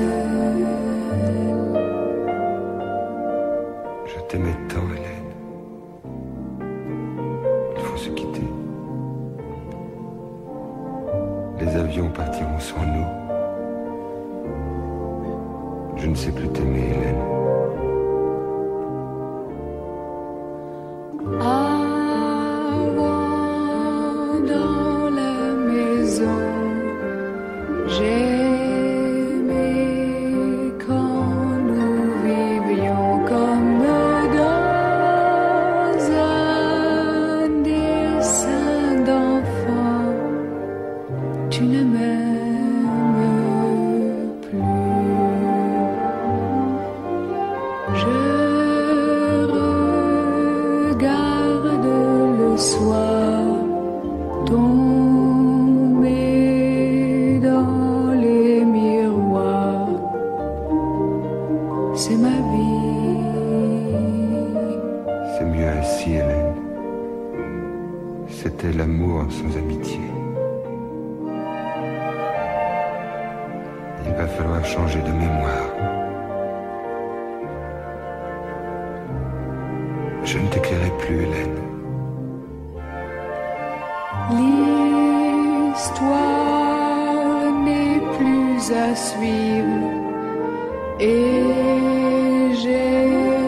Je t'aimais tant, Hélène. Il faut se quitter. Les avions partiront sans nous. Je ne sais plus t'aimer, Hélène. Avant, dans la maison, j'aimais quand nous vivions comme dans un dessin d'enfant. Tu ne m'aimes plus. Je regarde le soir tomber dans les miroirs. C'est ma vie. C'est mieux ainsi, Hélène. C'était l'amour sans amitié. Il va falloir changer de mémoire. Je ne t'éclairerai plus, Hélène. L'histoire n'est plus à suivre et j'ai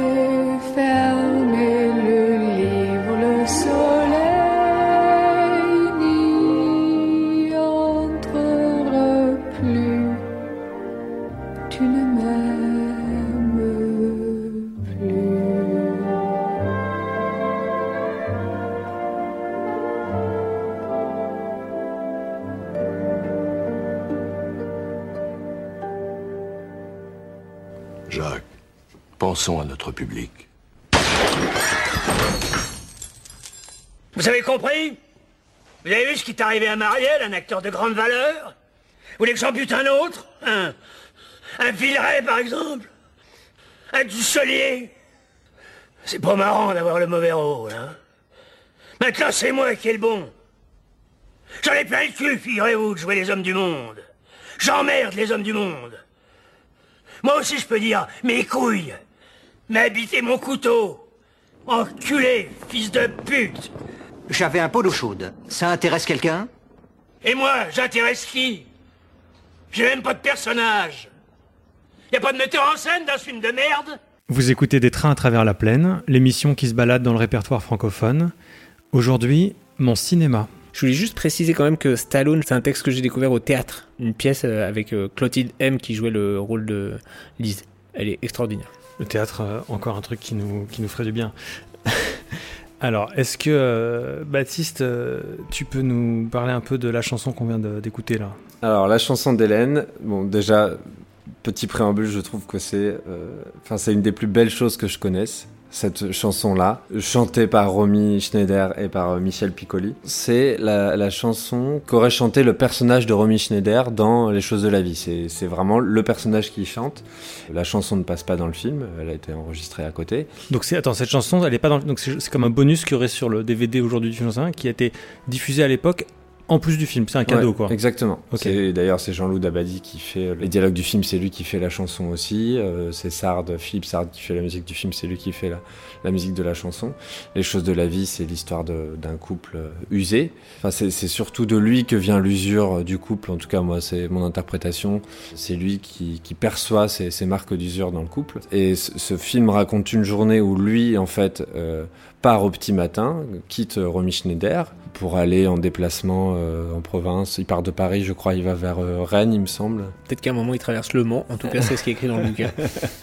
fermé le livre. Le soleil n'y entrera plus. Tu ne m'aimes plus. Jacques, pensons à notre public. Vous avez compris ? Vous avez vu ce qui est arrivé à Marielle, un acteur de grande valeur ? Vous voulez que j'en bute un autre ? Un, un Villeray, par exemple ? Un Dussolier ? C'est pas marrant d'avoir le mauvais rôle, hein ? Maintenant, c'est moi qui ai le bon. J'en ai plein le cul, figurez-vous, de jouer les hommes du monde. J'emmerde les hommes du monde. Moi aussi, je peux dire mes couilles, m'habiter mon couteau. Enculé, fils de pute. J'avais un pot d'eau chaude. Ça intéresse quelqu'un ? Et moi, j'intéresse qui ? J'ai même pas de personnage. Y a pas de metteur en scène dans ce film de merde ? Vous écoutez Des trains à travers la plaine, l'émission qui se balade dans le répertoire francophone. Aujourd'hui, mon cinéma. Je voulais juste préciser quand même que Stallone, c'est un texte que j'ai découvert au théâtre. Une pièce avec Clotilde M qui jouait le rôle de Lise. Elle est extraordinaire. Le théâtre, euh, encore un truc qui nous, qui nous ferait du bien. Alors, est-ce que, euh, Baptiste, euh, tu peux nous parler un peu de la chanson qu'on vient de, d'écouter là ? Alors, la chanson d'Hélène, bon, déjà, petit préambule, je trouve que c'est, euh, enfin, c'est une des plus belles choses que je connaisse. cette chanson-là, chantée par Romy Schneider et par Michel Piccoli. C'est la, la chanson qu'aurait chanté le personnage de Romy Schneider dans Les choses de la vie. C'est, c'est vraiment le personnage qui chante. La chanson ne passe pas dans le film, elle a été enregistrée à côté. Donc c'est, attends, cette chanson, elle est pas dans, donc c'est, c'est comme un bonus qu'il y aurait sur le D V D aujourd'hui du film qui a été diffusé à l'époque. En plus du film, c'est un cadeau, ouais, quoi. Exactement. Okay. C'est, d'ailleurs, c'est Jean-Loup Dabadi qui fait les dialogues du film, c'est lui qui fait la chanson aussi. Euh, c'est Sard, Philippe Sard qui fait la musique du film, c'est lui qui fait la, la musique de la chanson. Les choses de la vie, c'est l'histoire de, d'un couple usé. Enfin, c'est, c'est surtout de lui que vient l'usure du couple. En tout cas, moi, c'est mon interprétation. C'est lui qui, qui perçoit ces, ces marques d'usure dans le couple. Et ce, ce film raconte une journée où lui, en fait, euh, part au petit matin, quitte Romy Schneider pour aller en déplacement euh, en province. Il part de Paris, je crois, il va vers euh, Rennes, il me semble. Peut-être qu'à un moment, il traverse Le Mans. En tout cas, c'est ce qui est écrit dans le bouquin.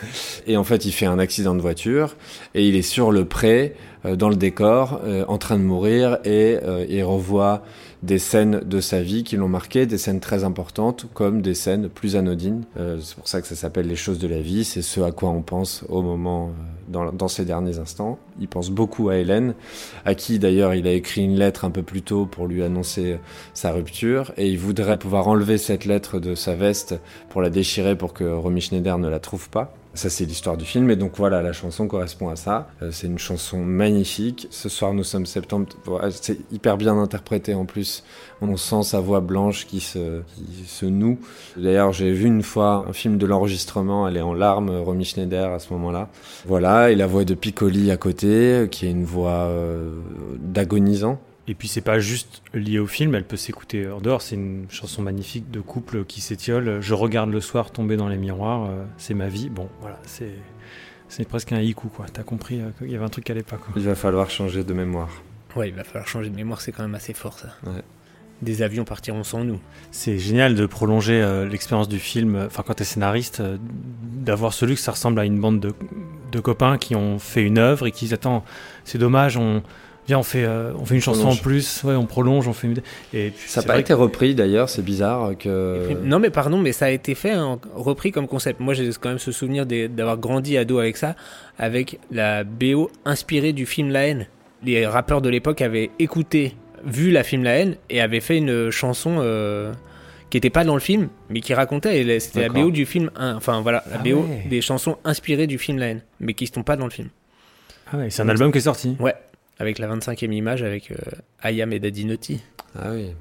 Et en fait, il fait un accident de voiture et il est sur le pré, euh, dans le décor, euh, en train de mourir et euh, il revoit des scènes de sa vie qui l'ont marqué, des scènes très importantes comme des scènes plus anodines. Euh, c'est pour ça que ça s'appelle Les choses de la vie. C'est ce à quoi on pense au moment, euh, dans, dans ces derniers instants. Il pense beaucoup à Hélène, à qui d'ailleurs il a écrit une lettre un peu plus tôt pour lui annoncer sa rupture. Et il voudrait pouvoir enlever cette lettre de sa veste pour la déchirer pour que Romy Schneider ne la trouve pas. Ça, c'est l'histoire du film. Et donc voilà, la chanson correspond à ça. Euh, c'est une chanson magnifique. Ce soir, nous sommes septembre. C'est hyper bien interprété en plus. On sent sa voix blanche qui se, qui se noue. D'ailleurs, j'ai vu une fois un film de l'enregistrement. Elle est en larmes, Romy Schneider, à ce moment-là. Voilà. Et la voix de Piccoli à côté, qui est une voix euh, d'agonisant. Et puis c'est pas juste lié au film, elle peut s'écouter en dehors. C'est une chanson magnifique de couple qui s'étiole. Je regarde le soir tomber dans les miroirs, euh, c'est ma vie. Bon, voilà, c'est, c'est presque un haïku, quoi. T'as compris euh, qu'il y avait un truc qui allait pas, quoi. Il va falloir changer de mémoire. Ouais, il va falloir changer de mémoire, c'est quand même assez fort, ça. Ouais. Des avions partiront sans nous. C'est génial de prolonger euh, l'expérience du film, enfin quand t'es scénariste, euh, d'avoir ce luxe, ça ressemble à une bande de, de copains qui ont fait une œuvre et qui disent « Attends, c'est dommage, on... » Viens, on fait, euh, on fait une chanson prolonge. en plus, ouais, on prolonge, on fait une... Et puis, ça n'a pas été que... repris d'ailleurs, c'est bizarre que... Puis, non mais pardon, mais ça a été fait, hein, repris comme concept. Moi j'ai quand même ce souvenir des, d'avoir grandi ado avec ça, avec la B O inspirée du film La Haine. Les rappeurs de l'époque avaient écouté, vu la film La Haine, et avaient fait une chanson euh, qui n'était pas dans le film, mais qui racontait, et c'était D'accord. la B O du film, enfin voilà, la ah B O ouais. des chansons inspirées du film La Haine, mais qui ne sont pas dans le film. Ah ouais, c'est un Donc, album qui est sorti. Ouais. Avec la vingt-cinquième image, avec euh, Ayam et Daddy Naughty. Ah oui.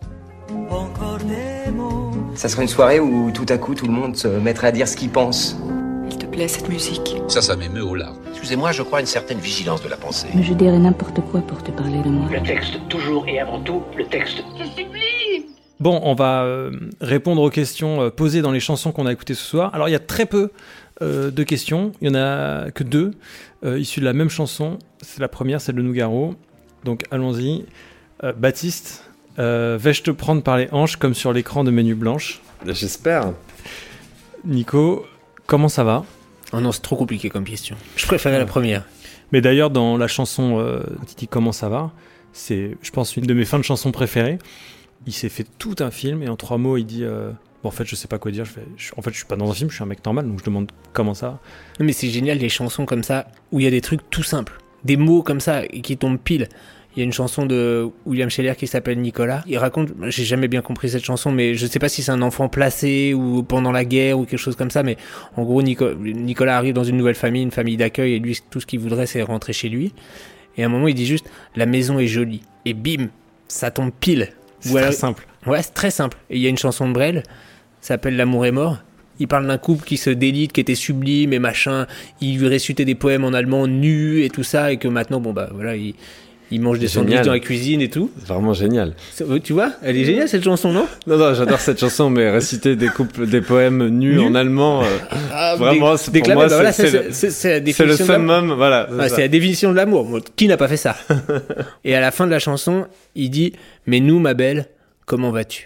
Ça serait une soirée où tout à coup tout le monde se mettrait à dire ce qu'il pense. Il te plaît cette musique? Ça, ça m'émeut au larmes. Excusez-moi, je crois à une certaine vigilance de la pensée. Mais je dirais n'importe quoi pour te parler de moi. Le texte, toujours et avant tout, le texte. Je supplie! Bon, on va euh, répondre aux questions euh, posées dans les chansons qu'on a écoutées ce soir. Alors, il y a très peu euh, de questions. Il n'y en a que deux, euh, issues de la même chanson. C'est la première, celle de Nougaro. Donc, allons-y. Euh, Baptiste, euh, vais-je te prendre par les hanches comme sur l'écran de Menu Blanche? J'espère. Nico, comment ça va? Oh non, c'est trop compliqué comme question. Je préférais ouais. la première. Mais d'ailleurs, dans la chanson euh, Titi, comment ça va? C'est, je pense, une de mes fins de chansons préférées. Il s'est fait tout un film et en trois mots, il dit euh, bon, en fait, je sais pas quoi dire. Je fais, je, en fait, je suis pas dans un film, je suis un mec normal, donc je demande comment ça va. Non, mais c'est génial, les chansons comme ça, où il y a des trucs tout simples. Des mots comme ça qui tombent pile. Il y a une chanson de William Scheller qui s'appelle Nicolas. Il raconte, j'ai jamais bien compris cette chanson, mais je sais pas si c'est un enfant placé ou pendant la guerre ou quelque chose comme ça, mais en gros, Nico, Nicolas arrive dans une nouvelle famille, une famille d'accueil, et lui, tout ce qu'il voudrait, c'est rentrer chez lui. Et à un moment, il dit juste, la maison est jolie. Et bim, ça tombe pile. C'est très simple. Ouais, c'est très simple. Et il y a une chanson de Brel, ça s'appelle L'amour est mort. Il parle d'un couple qui se délite, qui était sublime et machin. Il lui récitait des poèmes en allemand nus et tout ça, et que maintenant, bon bah voilà, il, il mange des sandwichs dans la cuisine et tout. C'est vraiment génial. C'est, tu vois, elle est géniale cette chanson, non? Non, non, j'adore cette chanson, mais réciter des couples, des poèmes nus, nus en allemand, euh, ah, vraiment, c'est des pour moi, bah, voilà, c'est, c'est, c'est, c'est, la définition c'est le summum, voilà. C'est, ah, c'est la définition de l'amour. Bon, qui n'a pas fait ça? Et à la fin de la chanson, il dit, mais nous, ma belle, comment vas-tu?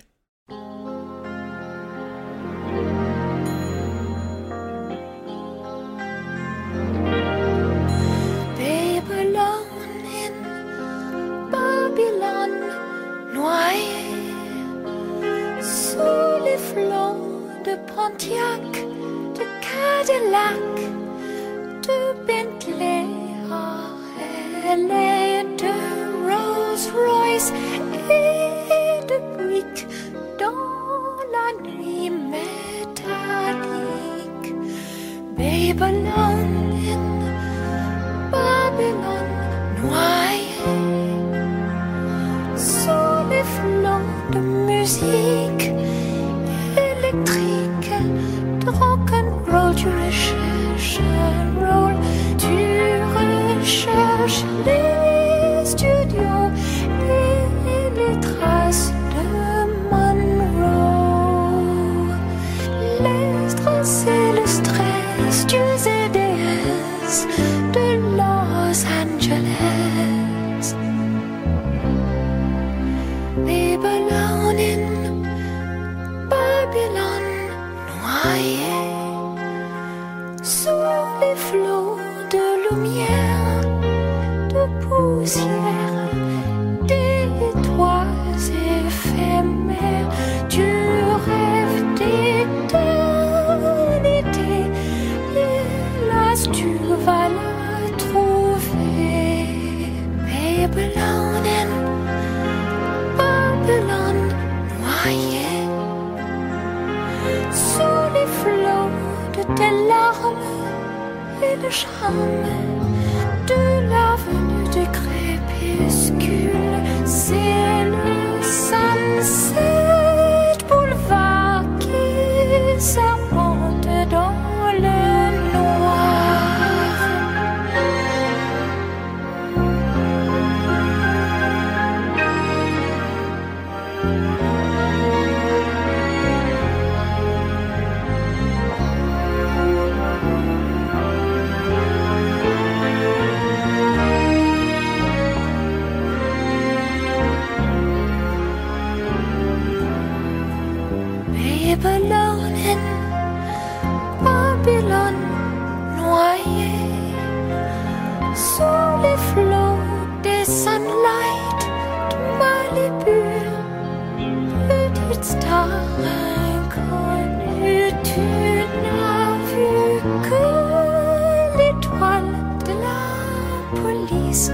Sous les flancs de Pontiac, de Cadillac, de Bentley télé, de Rolls-Royce et de briques dans la nuit métallique. Babylon in Babylon noyé sous les flots de musique électrique, de rock'n'roll. Tu recherches un rôle, tu recherches les studios et les traces de Monroe, les traces et le stress du Z D S de Los Angeles. Babylon in Babylon noyé sous les flots de lumière, de poussière, d'étoiles éphémères. Tu rêves d'éternité, hélas tu vas la trouver. Babylon in Babylon noyé sous les flots de tes larmes et le charme de l'avenue du crépuscule. C'est le Sunset Boulevard qui serpente dans le noir. Babylon in Babylon noyé sous les flots des sunlight de Malibu. Petite star inconnue, tu n'as vu que l'étoile de la police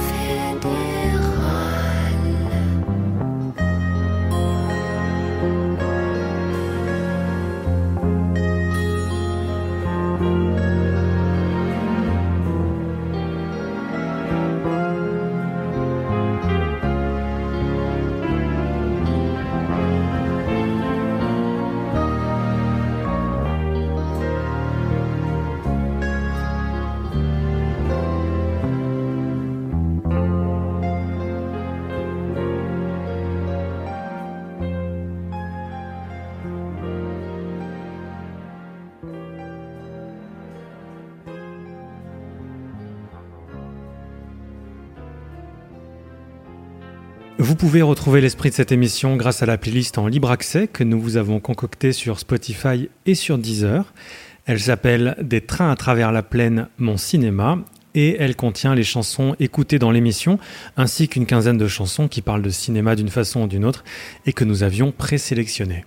fédérale. Vous pouvez retrouver l'esprit de cette émission grâce à la playlist en libre accès que nous vous avons concoctée sur Spotify et sur Deezer. Elle s'appelle « Des trains à travers la plaine, mon cinéma » et elle contient les chansons écoutées dans l'émission ainsi qu'une quinzaine de chansons qui parlent de cinéma d'une façon ou d'une autre et que nous avions présélectionnées.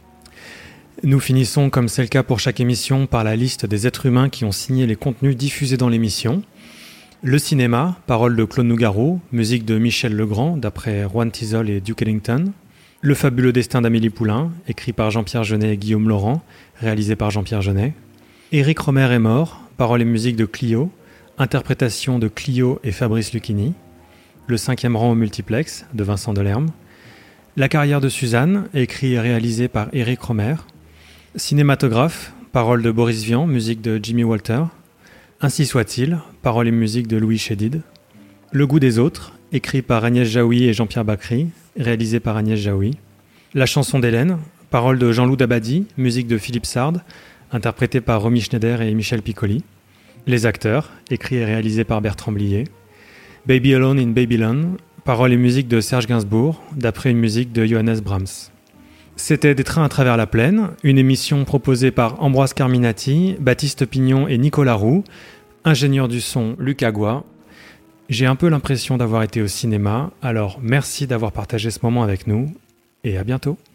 Nous finissons, comme c'est le cas pour chaque émission, par la liste des êtres humains qui ont signé les contenus diffusés dans l'émission. Le cinéma, paroles de Claude Nougaro, musique de Michel Legrand, d'après Juan Tizol et Duke Ellington. Le fabuleux destin d'Amélie Poulain, écrit par Jean-Pierre Jeunet et Guillaume Laurent, réalisé par Jean-Pierre Jeunet. Éric Rohmer est mort, paroles et musique de Clio, interprétation de Clio et Fabrice Lucchini. Le cinquième rang au multiplex, de Vincent Delerme. La carrière de Suzanne, écrit et réalisé par Éric Rohmer. Cinématographe, paroles de Boris Vian, musique de Jimmy Walter. Ainsi soit-il, paroles et musique de Louis Chédid. Le goût des autres, écrit par Agnès Jaoui et Jean-Pierre Bacry, réalisé par Agnès Jaoui. La chanson d'Hélène, paroles de Jean-Loup Dabadi, musique de Philippe Sard, interprété par Romy Schneider et Michel Piccoli. Les acteurs, écrit et réalisé par Bertrand Blier. Baby Alone in Babylon, paroles et musique de Serge Gainsbourg, d'après une musique de Johannes Brahms. C'était Des trains à travers la plaine, une émission proposée par Ambroise Carminati, Baptiste Pignon et Nicolas Roux, ingénieur du son Luc Agua. J'ai un peu l'impression d'avoir été au cinéma, alors merci d'avoir partagé ce moment avec nous et à bientôt.